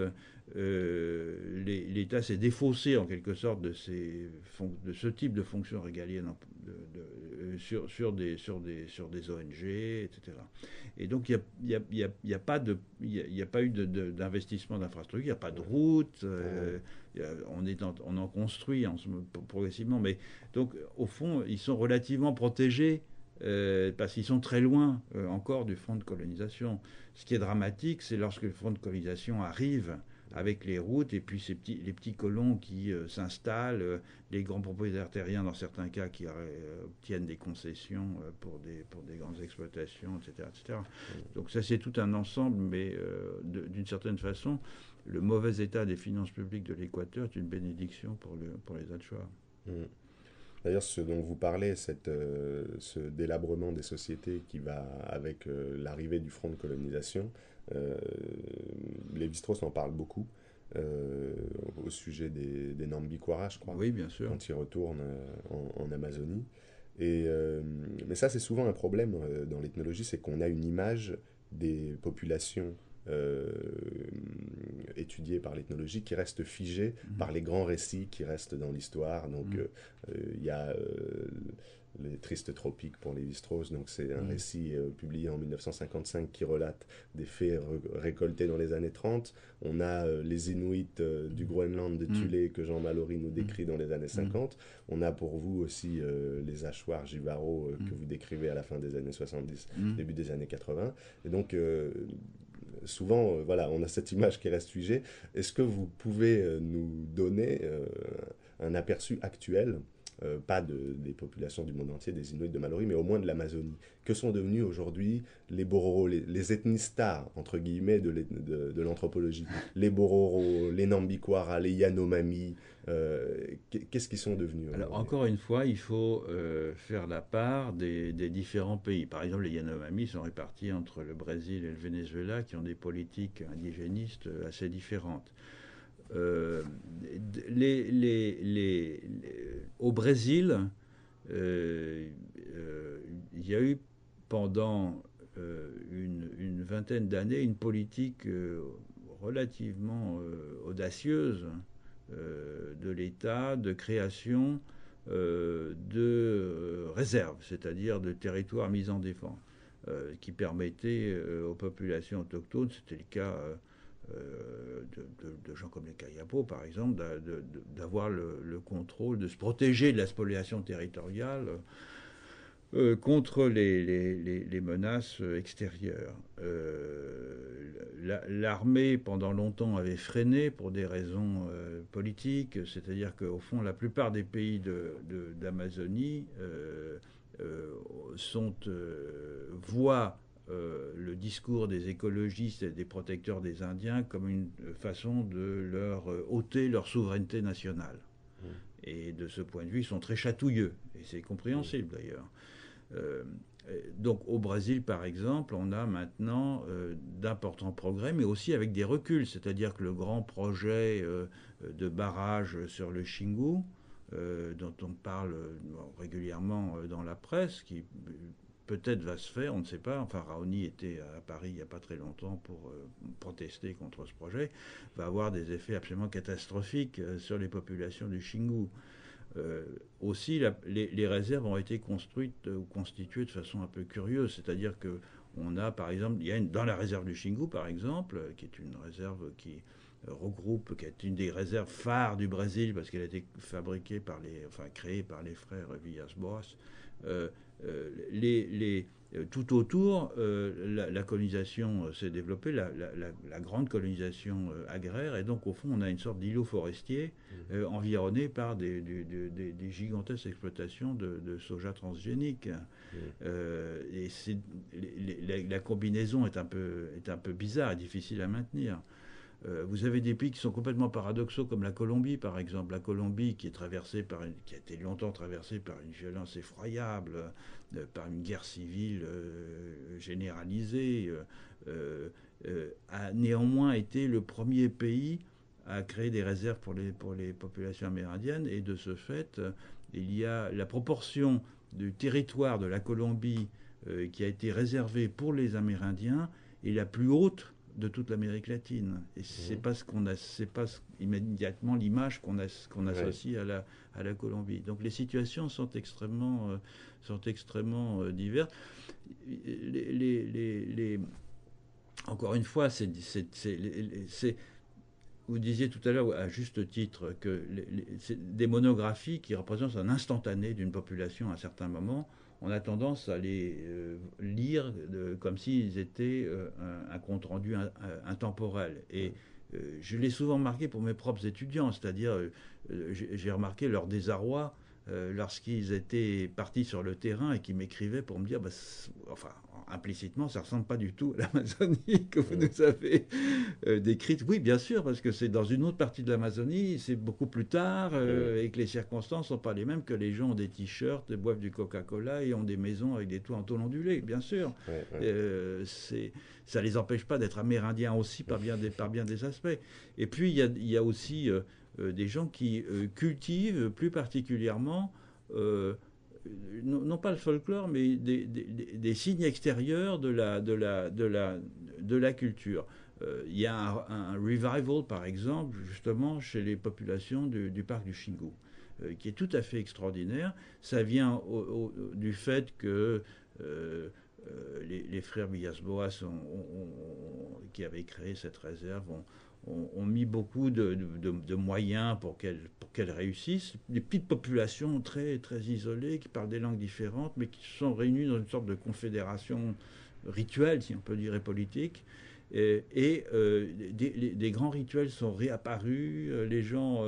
euh, les, l'État s'est défaussé en quelque sorte de, ces, de ce type de fonctions régaliennes de, de, sur, sur, des, sur, des, sur des O N G, et cetera. Et donc, il n'y a, y a, y a, a, y a pas eu de, de, d'investissement d'infrastructure, il n'y a pas de route, euh, on, est en, on en construit en, progressivement, mais donc, au fond, ils sont relativement protégés euh, parce qu'ils sont très loin euh, encore du front de colonisation. Ce qui est dramatique, c'est lorsque le front de colonisation arrive avec les routes et puis ces petits, les petits colons qui euh, s'installent, euh, les grands propriétaires terriens dans certains cas qui euh, obtiennent des concessions euh, pour, des, pour des grandes exploitations, et cetera, et cetera. Donc ça c'est tout un ensemble, mais euh, de, d'une certaine façon, le mauvais état des finances publiques de l'Équateur est une bénédiction pour, le, pour les Hatchoirs. Mmh. D'ailleurs, ce dont vous parlez, cette, euh, ce délabrement des sociétés qui va avec euh, l'arrivée du front de colonisation, euh, Lévi-Strauss en parle beaucoup euh, au sujet des, des Nambiquara, je crois. Oui, bien sûr. Quand il retourne euh, en, en Amazonie. Et, euh, mais ça, c'est souvent un problème euh, dans l'ethnologie, c'est qu'on a une image des populations Euh, étudiées par l'ethnologie qui restent figées mmh. par les grands récits qui restent dans l'histoire. Donc il mmh. euh, y a euh, Les Tristes Tropiques pour Lévi-Strauss, donc c'est un mmh. récit euh, publié en dix-neuf cent cinquante-cinq qui relate des faits re- récoltés dans les années trente. On a euh, les Inuits euh, du Groenland de Thulé mmh. que Jean Mallory nous décrit mmh. dans les années cinquante. Mmh. On a pour vous aussi euh, les Hatchoirs Jivaro euh, mmh. que vous décrivez à la fin des années soixante-dix, mmh. début des années quatre-vingts. Et donc euh, souvent, euh, voilà, on a cette image qui reste figée. Est-ce que vous pouvez euh, nous donner euh, un aperçu actuel euh, pas de, des populations du monde entier, des Inuits de Mallory, mais au moins de l'Amazonie. Que sont devenus aujourd'hui les Bororo, les, les ethnies stars, entre guillemets, de, de, de l'anthropologie? Les Bororo, les Nambikwara, les Yanomami, euh, qu'est-ce qu'ils sont devenus? Alors, encore une fois, il faut euh, faire la part des, des différents pays. Par exemple, les Yanomami sont répartis entre le Brésil et le Venezuela, qui ont des politiques indigénistes assez différentes. Euh, les, les, les, les, au Brésil, euh, euh, il y a eu pendant euh, une, une vingtaine d'années une politique euh, relativement euh, audacieuse euh, de l'État de création euh, de euh, réserves, c'est-à-dire de territoires mis en défense, euh, qui permettaient euh, aux populations autochtones, c'était le cas euh, Euh, de, de, de gens comme les Kayapo, par exemple, d'avoir le, le contrôle, de se protéger de la spoliation territoriale euh, contre les, les, les menaces extérieures. Euh, L'armée, pendant longtemps, avait freiné pour des raisons euh, politiques, c'est-à-dire qu'au fond, la plupart des pays d'Amazonie de, de, euh, euh, sont euh, voient Euh, le discours des écologistes et des protecteurs des Indiens comme une façon de leur euh, ôter leur souveraineté nationale. Mmh. Et de ce point de vue, ils sont très chatouilleux. Et c'est compréhensible, mmh. d'ailleurs. Euh, donc au Brésil, par exemple, on a maintenant euh, d'importants progrès, mais aussi avec des reculs. C'est-à-dire que le grand projet euh, de barrage sur le Xingu, euh, dont on parle bon, régulièrement dans la presse, qui peut-être va se faire, on ne sait pas. Enfin, Raoni était à Paris il n'y a pas très longtemps pour euh, protester contre ce projet, va avoir des effets absolument catastrophiques euh, sur les populations du Xingu. Euh, aussi, la, les, les réserves ont été construites ou euh, constituées de façon un peu curieuse, c'est-à-dire que on a, par exemple, il y a une, dans la réserve du Xingu, par exemple, euh, qui est une réserve qui euh, regroupe, qui est une des réserves phares du Brésil, parce qu'elle a été fabriquée par les, enfin créée par les frères Villas-Boas. Euh, Euh, les, les, euh, tout autour, euh, la, la colonisation euh, s'est développée, la, la, la, la grande colonisation euh, agraire, et donc au fond on a une sorte d'îlot forestier euh, environné par des, des, des, des gigantesques exploitations de, de soja transgénique. Mmh. Euh, et c'est, les, les, la combinaison est un peu, est un peu bizarre et difficile à maintenir. Euh, vous avez des pays qui sont complètement paradoxaux, comme la Colombie, par exemple. La Colombie, qui est traversée par une, qui a été longtemps traversée par une violence effroyable, euh, par une guerre civile euh, généralisée, euh, euh, a néanmoins été le premier pays à créer des réserves pour les, pour les populations amérindiennes. Et de ce fait, euh, il y a la proportion du territoire de la Colombie euh, qui a été réservée pour les Amérindiens est la plus haute de toute l'Amérique latine. Et c'est mmh. pas ce qu'on a, c'est pas immédiatement l'image qu'on, a, qu'on associe ouais. à, la, à la Colombie. Donc les situations sont extrêmement, euh, sont extrêmement euh, diverses. Les, les, les, les... Encore une fois, c'est, c'est, c'est, c'est, vous disiez tout à l'heure, à juste titre, que les, les, c'est des monographies qui représentent un instantané d'une population à un certain moment. On a tendance à les euh, lire de, comme s'ils étaient euh, un, un compte-rendu in, un, intemporel. Et euh, je l'ai souvent remarqué pour mes propres étudiants, c'est-à-dire euh, j'ai, j'ai remarqué leur désarroi euh, lorsqu'ils étaient partis sur le terrain et qu'ils m'écrivaient pour me dire, bah, enfin, implicitement, ça ne ressemble pas du tout à l'Amazonie que vous nous avez euh, décrite. Oui, bien sûr, parce que c'est dans une autre partie de l'Amazonie, c'est beaucoup plus tard, euh, et que les circonstances ne sont pas les mêmes, que les gens ont des t-shirts, boivent du Coca-Cola et ont des maisons avec des toits en tôle ondulée, bien sûr. Ouais, ouais. Euh, c'est, ça ne les empêche pas d'être amérindiens aussi par bien des, par bien des aspects. Et puis, il y a, il y a aussi euh, euh, des gens qui euh, cultivent plus particulièrement... Euh, Non, non pas le folklore, mais des, des, des signes extérieurs de la, de la, de la, de la culture. Euh, il y a un, un revival, par exemple, justement, chez les populations du, du parc du Xingu, euh, qui est tout à fait extraordinaire. Ça vient au, au, du fait que euh, euh, les, les frères Villas-Boas, ont, ont, ont, qui avaient créé cette réserve, ont, ont, ont mis beaucoup de, de, de moyens pour qu'elle, pour qu'elle réussisse. Des petites populations très, très isolées, qui parlent des langues différentes, mais qui se sont réunies dans une sorte de confédération rituelle, si on peut dire, et politique. Et, et euh, des, des grands rituels sont réapparus, les gens... Euh,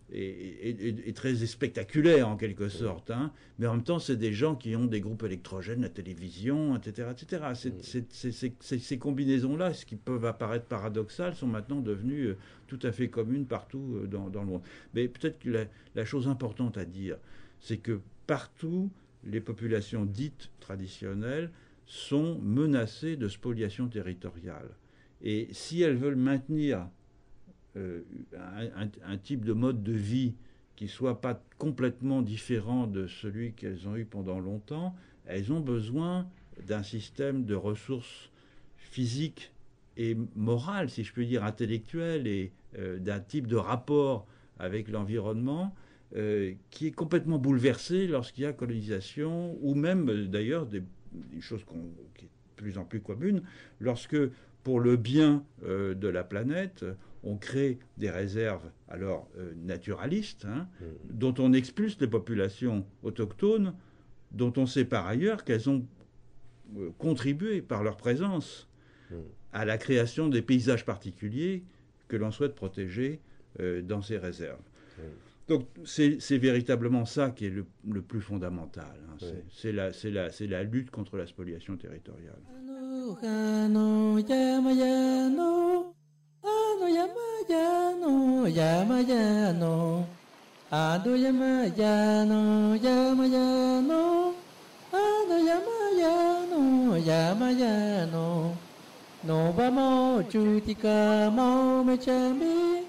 est, est, est très spectaculaire en quelque sorte, hein, mais en même temps c'est des gens qui ont des groupes électrogènes, la télévision, et cetera, et cetera. C'est, c'est, c'est, c'est, c'est, ces combinaisons-là, ce qui peuvent apparaître paradoxales, sont maintenant devenues tout à fait communes partout dans, dans le monde. Mais peut-être que la, la chose importante à dire, c'est que partout, les populations dites traditionnelles sont menacées de spoliation territoriale. Et si elles veulent maintenir euh, un, un, un type de mode de vie qui ne soit pas complètement différent de celui qu'elles ont eu pendant longtemps, elles ont besoin d'un système de ressources physiques et morales, si je peux dire, intellectuelles, et euh, d'un type de rapport avec l'environnement euh, qui est complètement bouleversé lorsqu'il y a colonisation, ou même euh, d'ailleurs des, des choses qu'on, qui est de plus en plus commune, lorsque pour le bien euh, de la planète, on crée des réserves alors euh, naturalistes, hein, mmh. dont on expulse les populations autochtones, dont on sait par ailleurs qu'elles ont euh, contribué par leur présence mmh. à la création des paysages particuliers que l'on souhaite protéger euh, dans ces réserves. Mmh. Donc c'est, c'est véritablement ça qui est le, le plus fondamental. Hein. Mmh. C'est, c'est, la, c'est, la, c'est la lutte contre la spoliation territoriale. Ano yama yano, ano yama yano, yama yano, ano yama yano, yama yano, ano yama yano, yama yano, no vamos chutica mo me chambi.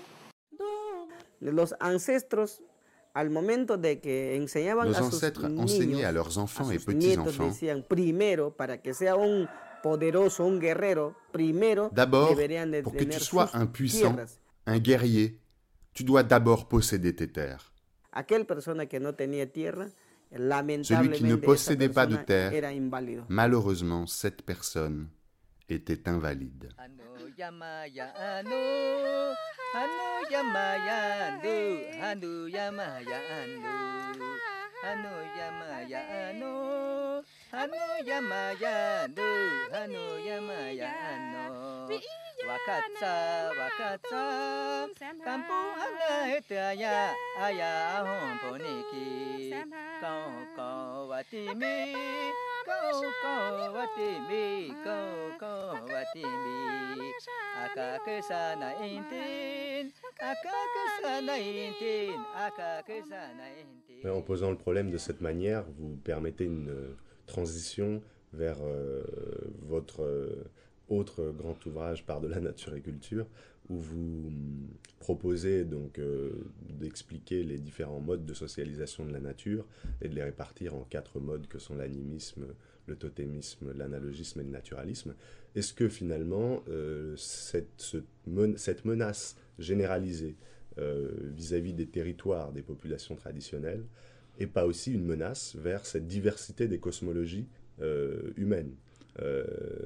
Los ancestros, al momento de que enseñaban Nos a sus ancêtres niños, enseignaient à leurs enfants a et sus nietos, petits-enfants, decían, primero, para que sea un poderoso, un guerrero, primero d'abord, deberían de pour que tener tu sois sus un puissant, tierras. un guerrier, tu dois d'abord posséder tes terres. Aquel persona que no tenía tierra, Celui lamentablemente qui ne esa possédait pas de persona terre, era inválido. malheureusement, cette personne était invalide. Ano yama ya ano, ano yama ya ando, ano yama ya ando, ano yama ya ano, ano yama ya ando, ano yama ya ano. Wakatsa, wakatsa, kampung ana hetaya, aya homponiki, kau kau watimi, kau kau watimi, kau kau watimi, akakesana intin, akakesana intin, akakesana intin. En posant le problème de cette manière, vous permettez une euh, transition vers euh, votre euh, autre grand ouvrage, Par de la nature et culture, où vous proposez donc euh, d'expliquer les différents modes de socialisation de la nature et de les répartir en quatre modes que sont l'animisme, le totémisme, l'analogisme et le naturalisme. Est-ce que finalement euh, cette, ce, men- cette menace généralisée euh, vis-à-vis des territoires des populations traditionnelles n'est pas aussi une menace vers cette diversité des cosmologies euh, humaines? Euh,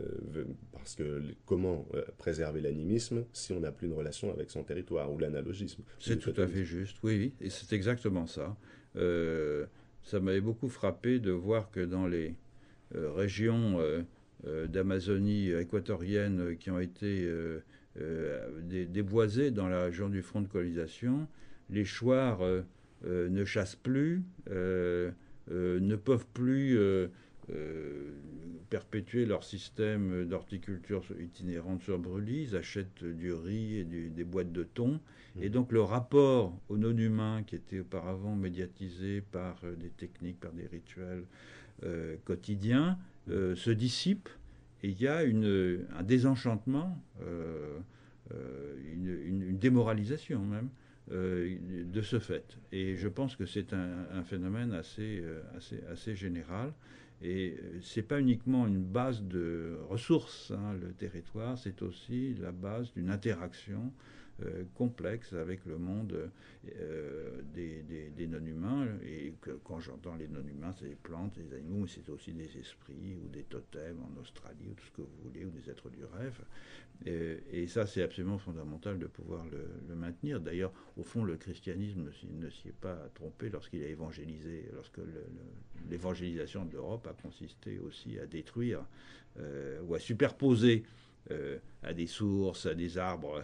parce que comment euh, préserver l'animisme si on n'a plus une relation avec son territoire, ou l'analogisme? C'est tout à fait juste, oui, oui, et c'est exactement ça. Euh, ça m'avait beaucoup frappé de voir que dans les euh, régions euh, euh, d'Amazonie équatorienne qui ont été euh, euh, dé- déboisées dans la région du front de colonisation, les chouars euh, euh, ne chassent plus, euh, euh, ne peuvent plus euh, euh, perpétuer leur système d'horticulture itinérante sur brûlis. Ils achètent du riz et du, des boîtes de thon. Mmh. Et donc le rapport aux non-humains, qui était auparavant médiatisé par euh, des techniques, par des rituels euh, quotidiens, euh, se dissipe. Et il y a une, un désenchantement, euh, euh, une, une, une démoralisation même, euh, de ce fait. Et je pense que c'est un, un phénomène assez, euh, assez, assez général. Et ce n'est pas uniquement une base de ressources, hein, le territoire, c'est aussi la base d'une interaction euh, complexe avec le monde euh, des, des, des non-humains. Et que, quand j'entends les non-humains, c'est les plantes, les animaux, mais c'est aussi des esprits ou des totems en Australie, ou tout ce que vous voulez, ou des êtres du rêve. Et, et ça, c'est absolument fondamental de pouvoir le, le maintenir. D'ailleurs, au fond, le christianisme ne s'y est pas trompé lorsqu'il a évangélisé, lorsque le, le, l'évangélisation de l'Europe a consisté aussi à détruire euh, ou à superposer euh, à des sources, à des arbres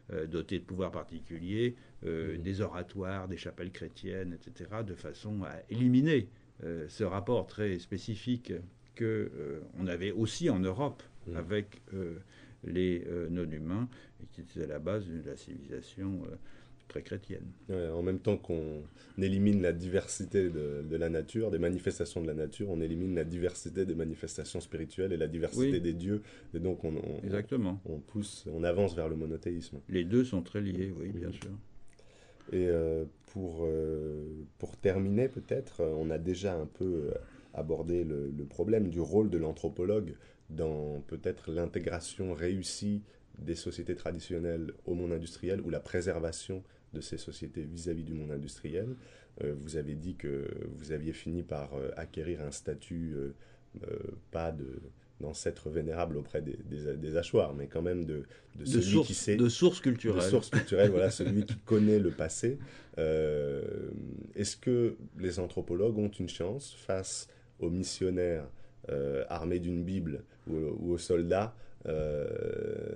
euh, dotés de pouvoirs particuliers, euh, Mmh. des oratoires, des chapelles chrétiennes, et cetera, de façon à éliminer euh, ce rapport très spécifique qu'on euh, avait aussi en Europe Mmh. avec euh, les euh, non-humains, et qui était à la base de la civilisation euh, très chrétienne. Ouais, en même temps qu'on élimine la diversité de, de la nature, des manifestations de la nature, on élimine la diversité des manifestations spirituelles et la diversité Oui. des dieux. Et donc on, on, Exactement. on pousse, on avance vers le monothéisme. Les deux sont très liés, oui, bien Mmh. sûr. Et euh, pour, euh, pour terminer, peut-être, euh, on a déjà un peu euh, abordé le, le problème du rôle de l'anthropologue dans peut-être l'intégration réussie des sociétés traditionnelles au monde industriel ou la préservation de ces sociétés vis-à-vis du monde industriel. Euh, vous avez dit que vous aviez fini par euh, acquérir un statut, euh, euh, pas de d'ancêtre vénérable auprès des, des, des hachoirs, mais quand même de, de, De celui source, qui sait... de source culturelle. De source culturelle, voilà, celui qui connaît le passé. Euh, est-ce que les anthropologues ont une chance face aux missionnaires euh, armés d'une Bible ou, ou aux soldats euh,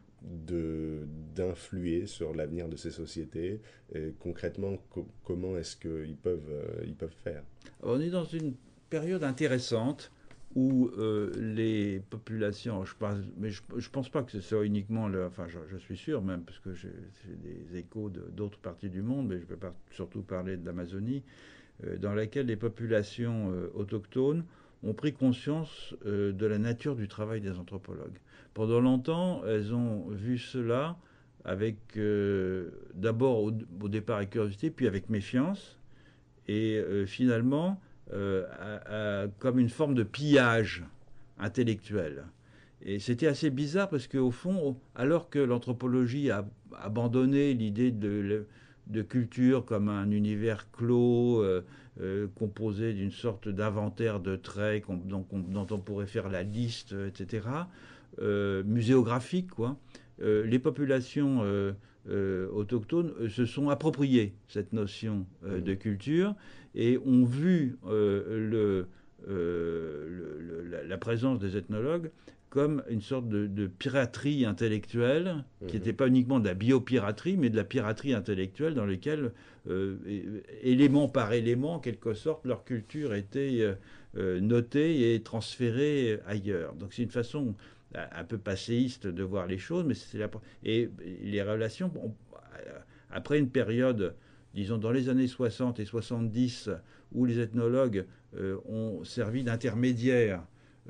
de, d'influer sur l'avenir de ces sociétés? Et concrètement, co- comment est-ce qu'ils peuvent, euh, ils peuvent faire? On est dans une période intéressante où euh, les populations, je pense, mais je ne pense pas que ce soit uniquement, le, enfin je, je suis sûr même, parce que j'ai, j'ai des échos de, d'autres parties du monde, mais je vais pas, surtout parler de l'Amazonie, euh, dans laquelle les populations euh, autochtones ont pris conscience euh, de la nature du travail des anthropologues. Pendant longtemps, elles ont vu cela avec, euh, d'abord au, au départ avec curiosité, puis avec méfiance, et euh, finalement, Euh, à, à, comme une forme de pillage intellectuel. Et c'était assez bizarre parce qu'au fond, alors que l'anthropologie a abandonné l'idée de, de culture comme un univers clos, euh, euh, composé d'une sorte d'inventaire de traits qu'on, dont, dont on pourrait faire la liste, et cetera, euh, muséographique, quoi, euh, les populations euh, euh, autochtones euh, se sont appropriées cette notion euh, mmh. de culture et ont vu euh, le, euh, le, le, la, la présence des ethnologues comme une sorte de, de piraterie intellectuelle, mmh. qui n'était pas uniquement de la biopiraterie, mais de la piraterie intellectuelle dans laquelle, euh, élément par élément, en quelque sorte, leur culture était euh, notée et transférée ailleurs. Donc c'est une façon un peu passéiste de voir les choses, mais c'est la... et les relations, bon, après une période, disons dans les années soixante et soixante-dix, où les ethnologues euh, ont servi d'intermédiaires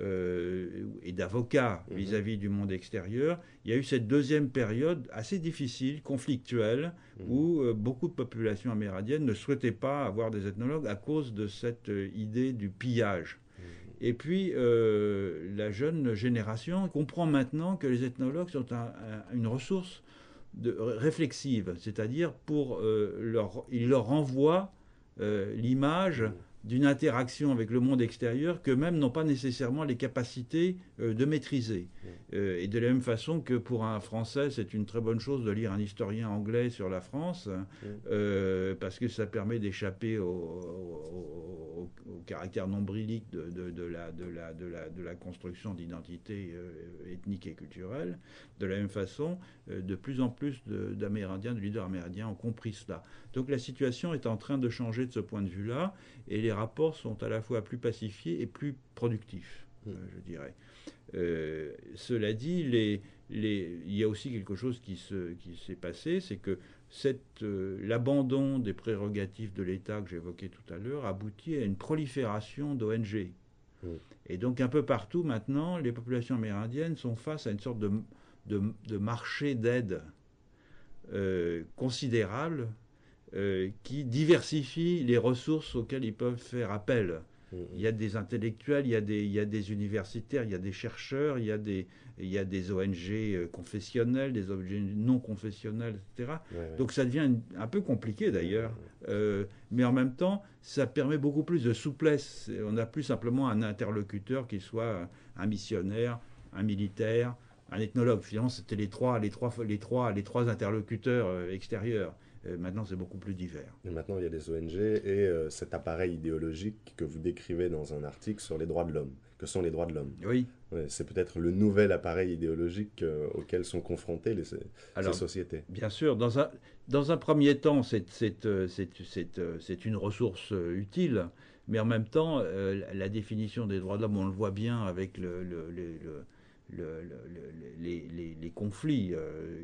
euh, et d'avocats mmh. vis-à-vis du monde extérieur, il y a eu cette deuxième période assez difficile, conflictuelle, mmh. où euh, beaucoup de populations amérindiennes ne souhaitaient pas avoir des ethnologues à cause de cette euh, idée du pillage. Et puis, euh, la jeune génération comprend maintenant que les ethnologues sont un, un, une ressource de, réflexive, c'est-à-dire pour euh, leur, ils leur renvoient euh, l'image d'une interaction avec le monde extérieur qu'eux-mêmes n'ont pas nécessairement les capacités euh, de maîtriser. Euh, et de la même façon que pour un Français, c'est une très bonne chose de lire un historien anglais sur la France, euh, parce que ça permet d'échapper au, au, au, au caractère nombrilique de, de, de, la, de, la, de, la, de la construction d'identité euh, ethnique et culturelle. De la même façon, euh, de plus en plus de, d'Amérindiens, de leaders amérindiens ont compris cela. Donc la situation est en train de changer de ce point de vue-là, et les rapports sont à la fois plus pacifiés et plus productifs, mmh. euh, je dirais. Euh, cela dit, les, les, il y a aussi quelque chose qui, se, qui s'est passé, c'est que cette, euh, l'abandon des prérogatives de l'État que j'évoquais tout à l'heure aboutit à une prolifération d'O N G. Mmh. Et donc un peu partout maintenant, les populations amérindiennes sont face à une sorte de, de, de marché d'aide euh, considérable euh, qui diversifie les ressources auxquelles ils peuvent faire appel. Il y a des intellectuels, il y a des, il y a des universitaires, il y a des chercheurs, il y a des, il y a des O N G confessionnelles, des O N G non confessionnelles, et cetera. Ouais, ouais. Donc ça devient une, un peu compliqué d'ailleurs, ouais, ouais. Euh, mais en même temps, ça permet beaucoup plus de souplesse. On n'a plus simplement un interlocuteur qui soit un missionnaire, un militaire, un ethnologue. Finalement, c'était les trois, les trois, les trois, les trois interlocuteurs extérieurs. Euh, maintenant, c'est beaucoup plus divers. Et maintenant, il y a des O N G et euh, cet appareil idéologique que vous décrivez dans un article sur les droits de l'homme, que sont les droits de l'homme. Oui. Ouais, c'est peut-être le nouvel appareil idéologique euh, auquel sont confrontées les, ces Alors, sociétés. Bien sûr, dans un, dans un premier temps, c'est, c'est, euh, c'est, c'est, euh, c'est une ressource euh, utile, mais en même temps, euh, la définition des droits de l'homme, on le voit bien avec le, le, le, le Le, le, le, les, les, les conflits euh,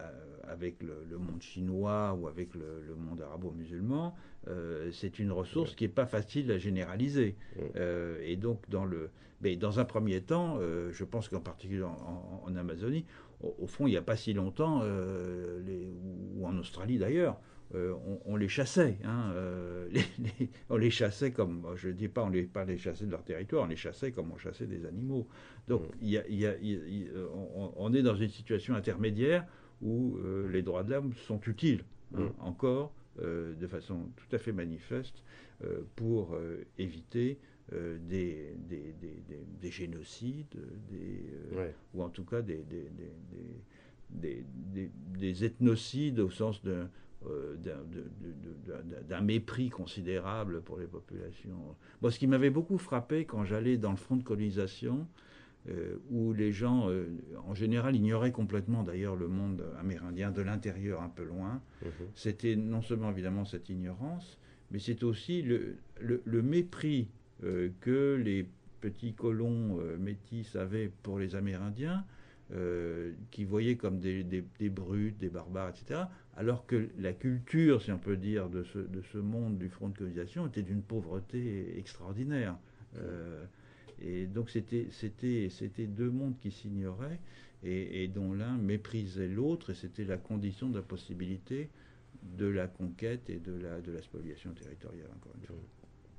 avec le, le monde chinois ou avec le, le monde arabo-musulman, euh, c'est une ressource ouais. qui n'est pas facile à généraliser. Ouais. Euh, et donc, dans, le, mais dans un premier temps, euh, je pense qu'en particulier en, en, en Amazonie, au, au fond, il n'y a pas si longtemps, euh, les, ou, ou en Australie d'ailleurs, Euh, on, on les chassait, hein, euh, les, les, on les chassait comme, je ne dis pas on les, pas les chassait de leur territoire, on les chassait comme on chassait des animaux. Donc mmh. il y a, il y a, il y a, on, on est dans une situation intermédiaire où euh, les droits de l'homme sont utiles, hein, mmh. encore, euh, de façon tout à fait manifeste, euh, pour euh, éviter euh, des, des, des, des, des génocides, des, euh, ouais. ou en tout cas des, des, des, des, des, des ethnocides au sens de Euh, d'un, de, de, de, d'un mépris considérable pour les populations. Bon, ce qui m'avait beaucoup frappé quand j'allais dans le front de colonisation, euh, où les gens, euh, en général, ignoraient complètement d'ailleurs le monde amérindien de l'intérieur un peu loin, mmh. c'était non seulement évidemment cette ignorance, mais c'est aussi le, le, le mépris euh, que les petits colons euh, métis avaient pour les Amérindiens, Euh, qui voyaient comme des, des, des brutes, des barbares, et cetera, alors que la culture, si on peut dire, de ce, de ce monde du front de colonisation était d'une pauvreté extraordinaire. Euh, et donc c'était, c'était, c'était deux mondes qui s'ignoraient et, et dont l'un méprisait l'autre, et c'était la condition de la possibilité de la conquête et de la, de la spoliation territoriale, encore une fois.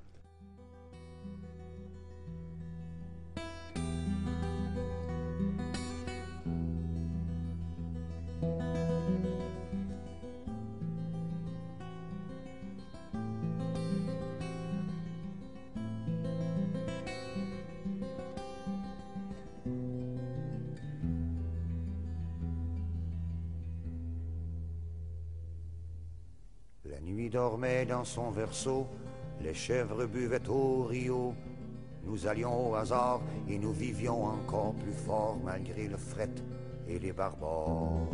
La nuit dormait dans son berceau, les chèvres buvaient au rio. Nous allions au hasard et nous vivions encore plus fort malgré le fret et les barbares.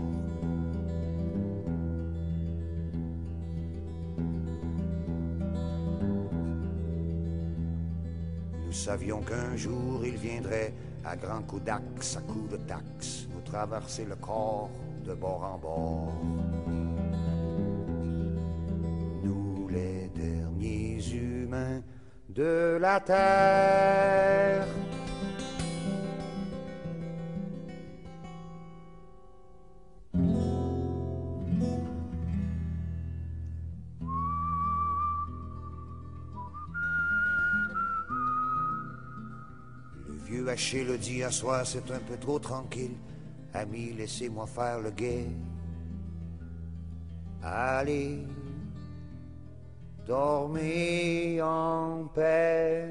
Nous savions qu'un jour il viendrait à grands coups d'axe, à coups de taxe, nous traverser le corps de bord en bord. Humains de la terre. Le vieux haché le dit à soi, c'est un peu trop tranquille. Ami, laissez-moi faire le guet. Allez, dormez en paix.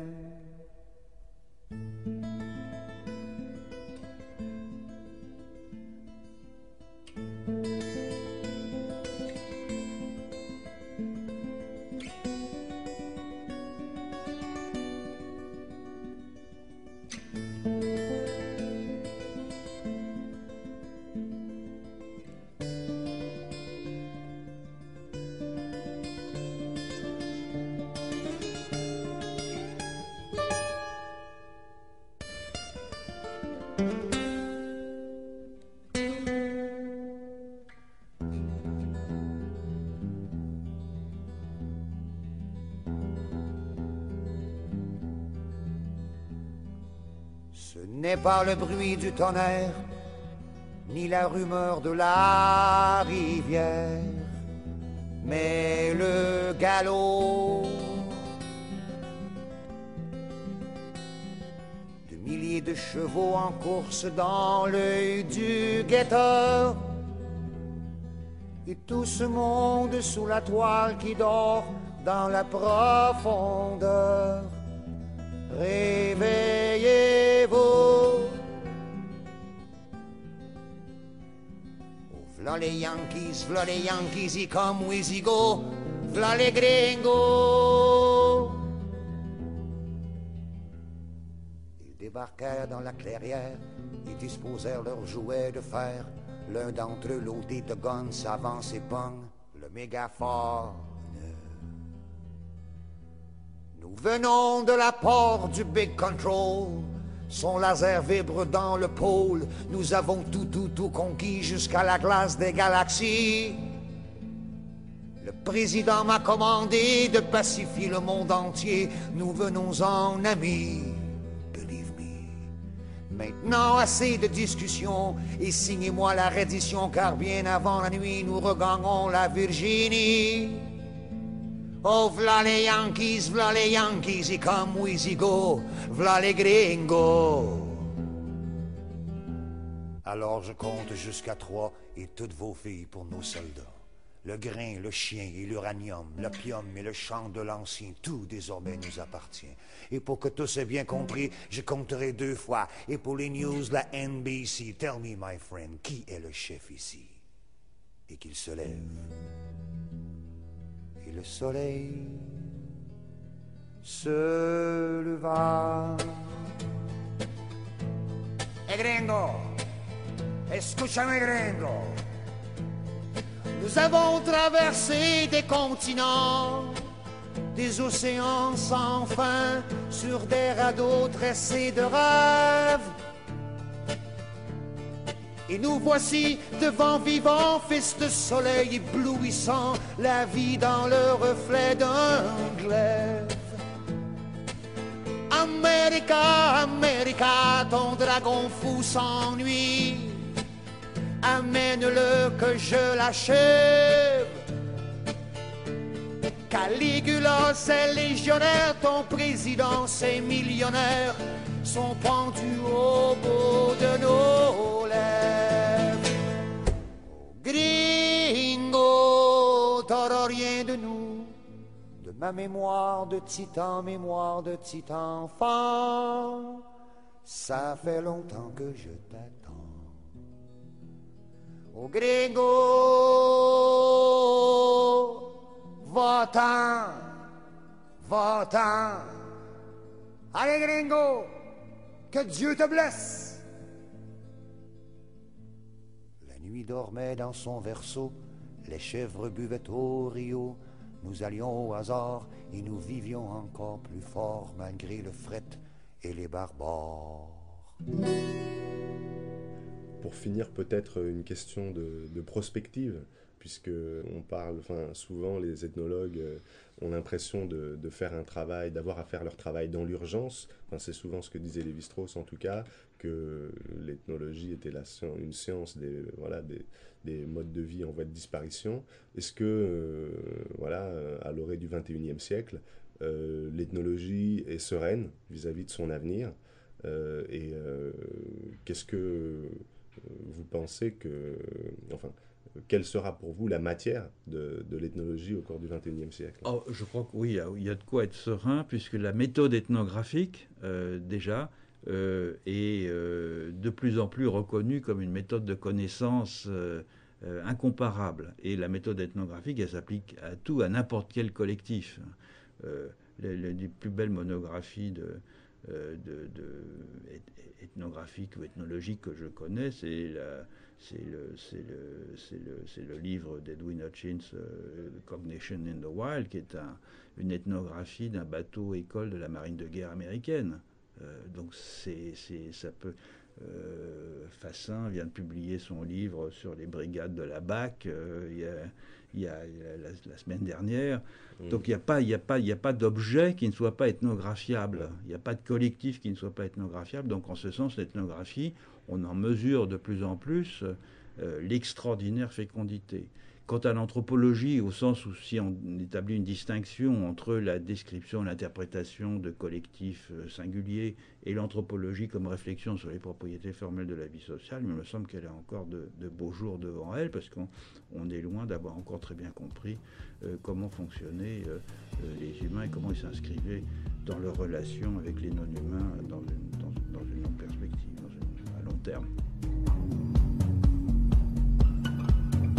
Ce n'est pas le bruit du tonnerre, ni la rumeur de la rivière, mais le galop de milliers de chevaux en course dans l'œil du guetteur. Et tout ce monde sous la toile qui dort dans la profondeur. Réveillez-vous. Au v'là les Yankees, v'là les Yankees, y come easy go, v'là les gringos. Ils débarquèrent dans la clairière, ils disposèrent leurs jouets de fer. L'un d'entre eux, loadé de guns, s'avance et pogne le mégaphone. Nous venons de la porte du Big Control. Son laser vibre dans le pôle. Nous avons tout, tout, tout conquis jusqu'à la glace des galaxies. Le président m'a commandé de pacifier le monde entier. Nous venons en amis. Believe me. Maintenant, assez de discussions et signez-moi la reddition, car bien avant la nuit, nous regagnons la Virginie. Oh, v'là les Yankees, v'là les Yankees, y come easy go, v'là les gringos. Alors je compte jusqu'à trois et toutes vos filles pour nos soldats. Le grain, le chien et l'uranium, l'opium et le chant de l'ancien, tout désormais nous appartient. Et pour que tous aient bien compris, je compterai deux fois. Et pour les news, la N B C, tell me my friend, qui est le chef ici? Et qu'il se lève. Et le soleil se leva. E gringo, escúchame gringo. Nous avons traversé des continents, des océans sans fin, sur des radeaux tressés de rêves. Et nous voici devant vivants, fils de soleil éblouissant, la vie dans le reflet d'un glaive. America, America, ton dragon fou s'ennuie. Amène-le que je l'achève. Caligula, c'est légionnaire, ton président, c'est millionnaire, sont pendus au bout de nos lèvres. Gringo, t'auras rien de nous, de ma mémoire de titan, mémoire de titan enfant. Ça fait longtemps que je t'attends. Oh gringo, va-t'en, va-t'en. Allez gringo, que Dieu te blesse. La nuit dormait dans son berceau, les chèvres buvaient au rio. Nous allions au hasard et nous vivions encore plus fort malgré le fret et les barbares. Pour finir, peut-être une question de, de prospective, puisque on parle, enfin, souvent les ethnologues ont l'impression de, de faire un travail, d'avoir à faire leur travail dans l'urgence. Enfin, c'est souvent ce que disait Lévi-Strauss en tout cas, que l'ethnologie était la, une science des, voilà, des, des modes de vie en voie de disparition. Est-ce que, euh, voilà, à l'orée du vingt et unième siècle, euh, l'ethnologie est sereine vis-à-vis de son avenir euh, et euh, qu'est-ce que vous pensez que, enfin, quelle sera pour vous la matière de, de l'ethnologie au cours du vingt et unième siècle? Oh, je crois que oui, il y a de quoi être serein, puisque la méthode ethnographique, euh, déjà, euh, est euh, de plus en plus reconnue comme une méthode de connaissance euh, euh, incomparable. Et la méthode ethnographique, elle s'applique à tout, à n'importe quel collectif. Euh, les, les, les plus belles monographies de... Euh, de, de ethnographique ou ethnologique que je connais, c'est le, le, le, le livre d'Edwin Hutchins, euh, Cognition in the Wild, qui est un, une ethnographie d'un bateau école de la marine de guerre américaine. Euh, donc c'est, c'est, ça peut... Euh, Fassin vient de publier son livre sur les brigades de la B A C euh, il y a, il y a, il y a la, la semaine dernière. Mmh. Donc il n'y a pas, il y a pas, il y a pas d'objet qui ne soit pas ethnographiable. Il n'y a pas de collectif qui ne soit pas ethnographiable. Donc en ce sens, l'ethnographie, on en mesure de plus en plus euh, l'extraordinaire fécondité. Quant à l'anthropologie, au sens où si on établit une distinction entre la description, l'interprétation de collectifs singuliers et l'anthropologie comme réflexion sur les propriétés formelles de la vie sociale, il me semble qu'elle a encore de, de beaux jours devant elle, parce qu'on on est loin d'avoir encore très bien compris euh, comment fonctionnaient euh, les humains et comment ils s'inscrivaient dans leur relation avec les non-humains dans une, dans, dans une longue perspective, dans une, à long terme.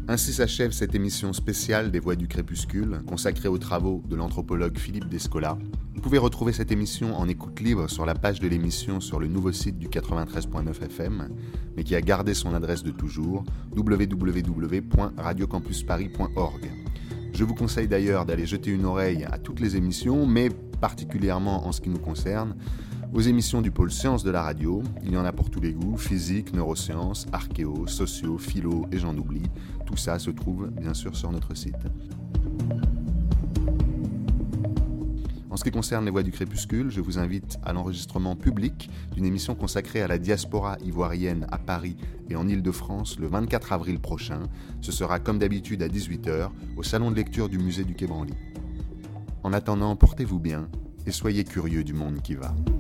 Ainsi s'achève cette émission spéciale des Voix du Crépuscule, consacrée aux travaux de l'anthropologue Philippe Descola. Vous pouvez retrouver cette émission en écoute libre sur la page de l'émission sur le nouveau site du quatre-vingt-treize point neuf F M, mais qui a gardé son adresse de toujours, w w w point radio campus paris point org. Je vous conseille d'ailleurs d'aller jeter une oreille à toutes les émissions, mais particulièrement en ce qui nous concerne, aux émissions du pôle sciences de la radio. Il y en a pour tous les goûts, physique, neurosciences, archéo, socio, philo et j'en oublie. Tout ça se trouve bien sûr sur notre site. En ce qui concerne les Voix du Crépuscule, je vous invite à l'enregistrement public d'une émission consacrée à la diaspora ivoirienne à Paris et en Île-de-France le vingt-quatre avril prochain. Ce sera comme d'habitude à dix-huit heures au salon de lecture du musée du Quai Branly. En attendant, portez-vous bien et soyez curieux du monde qui va.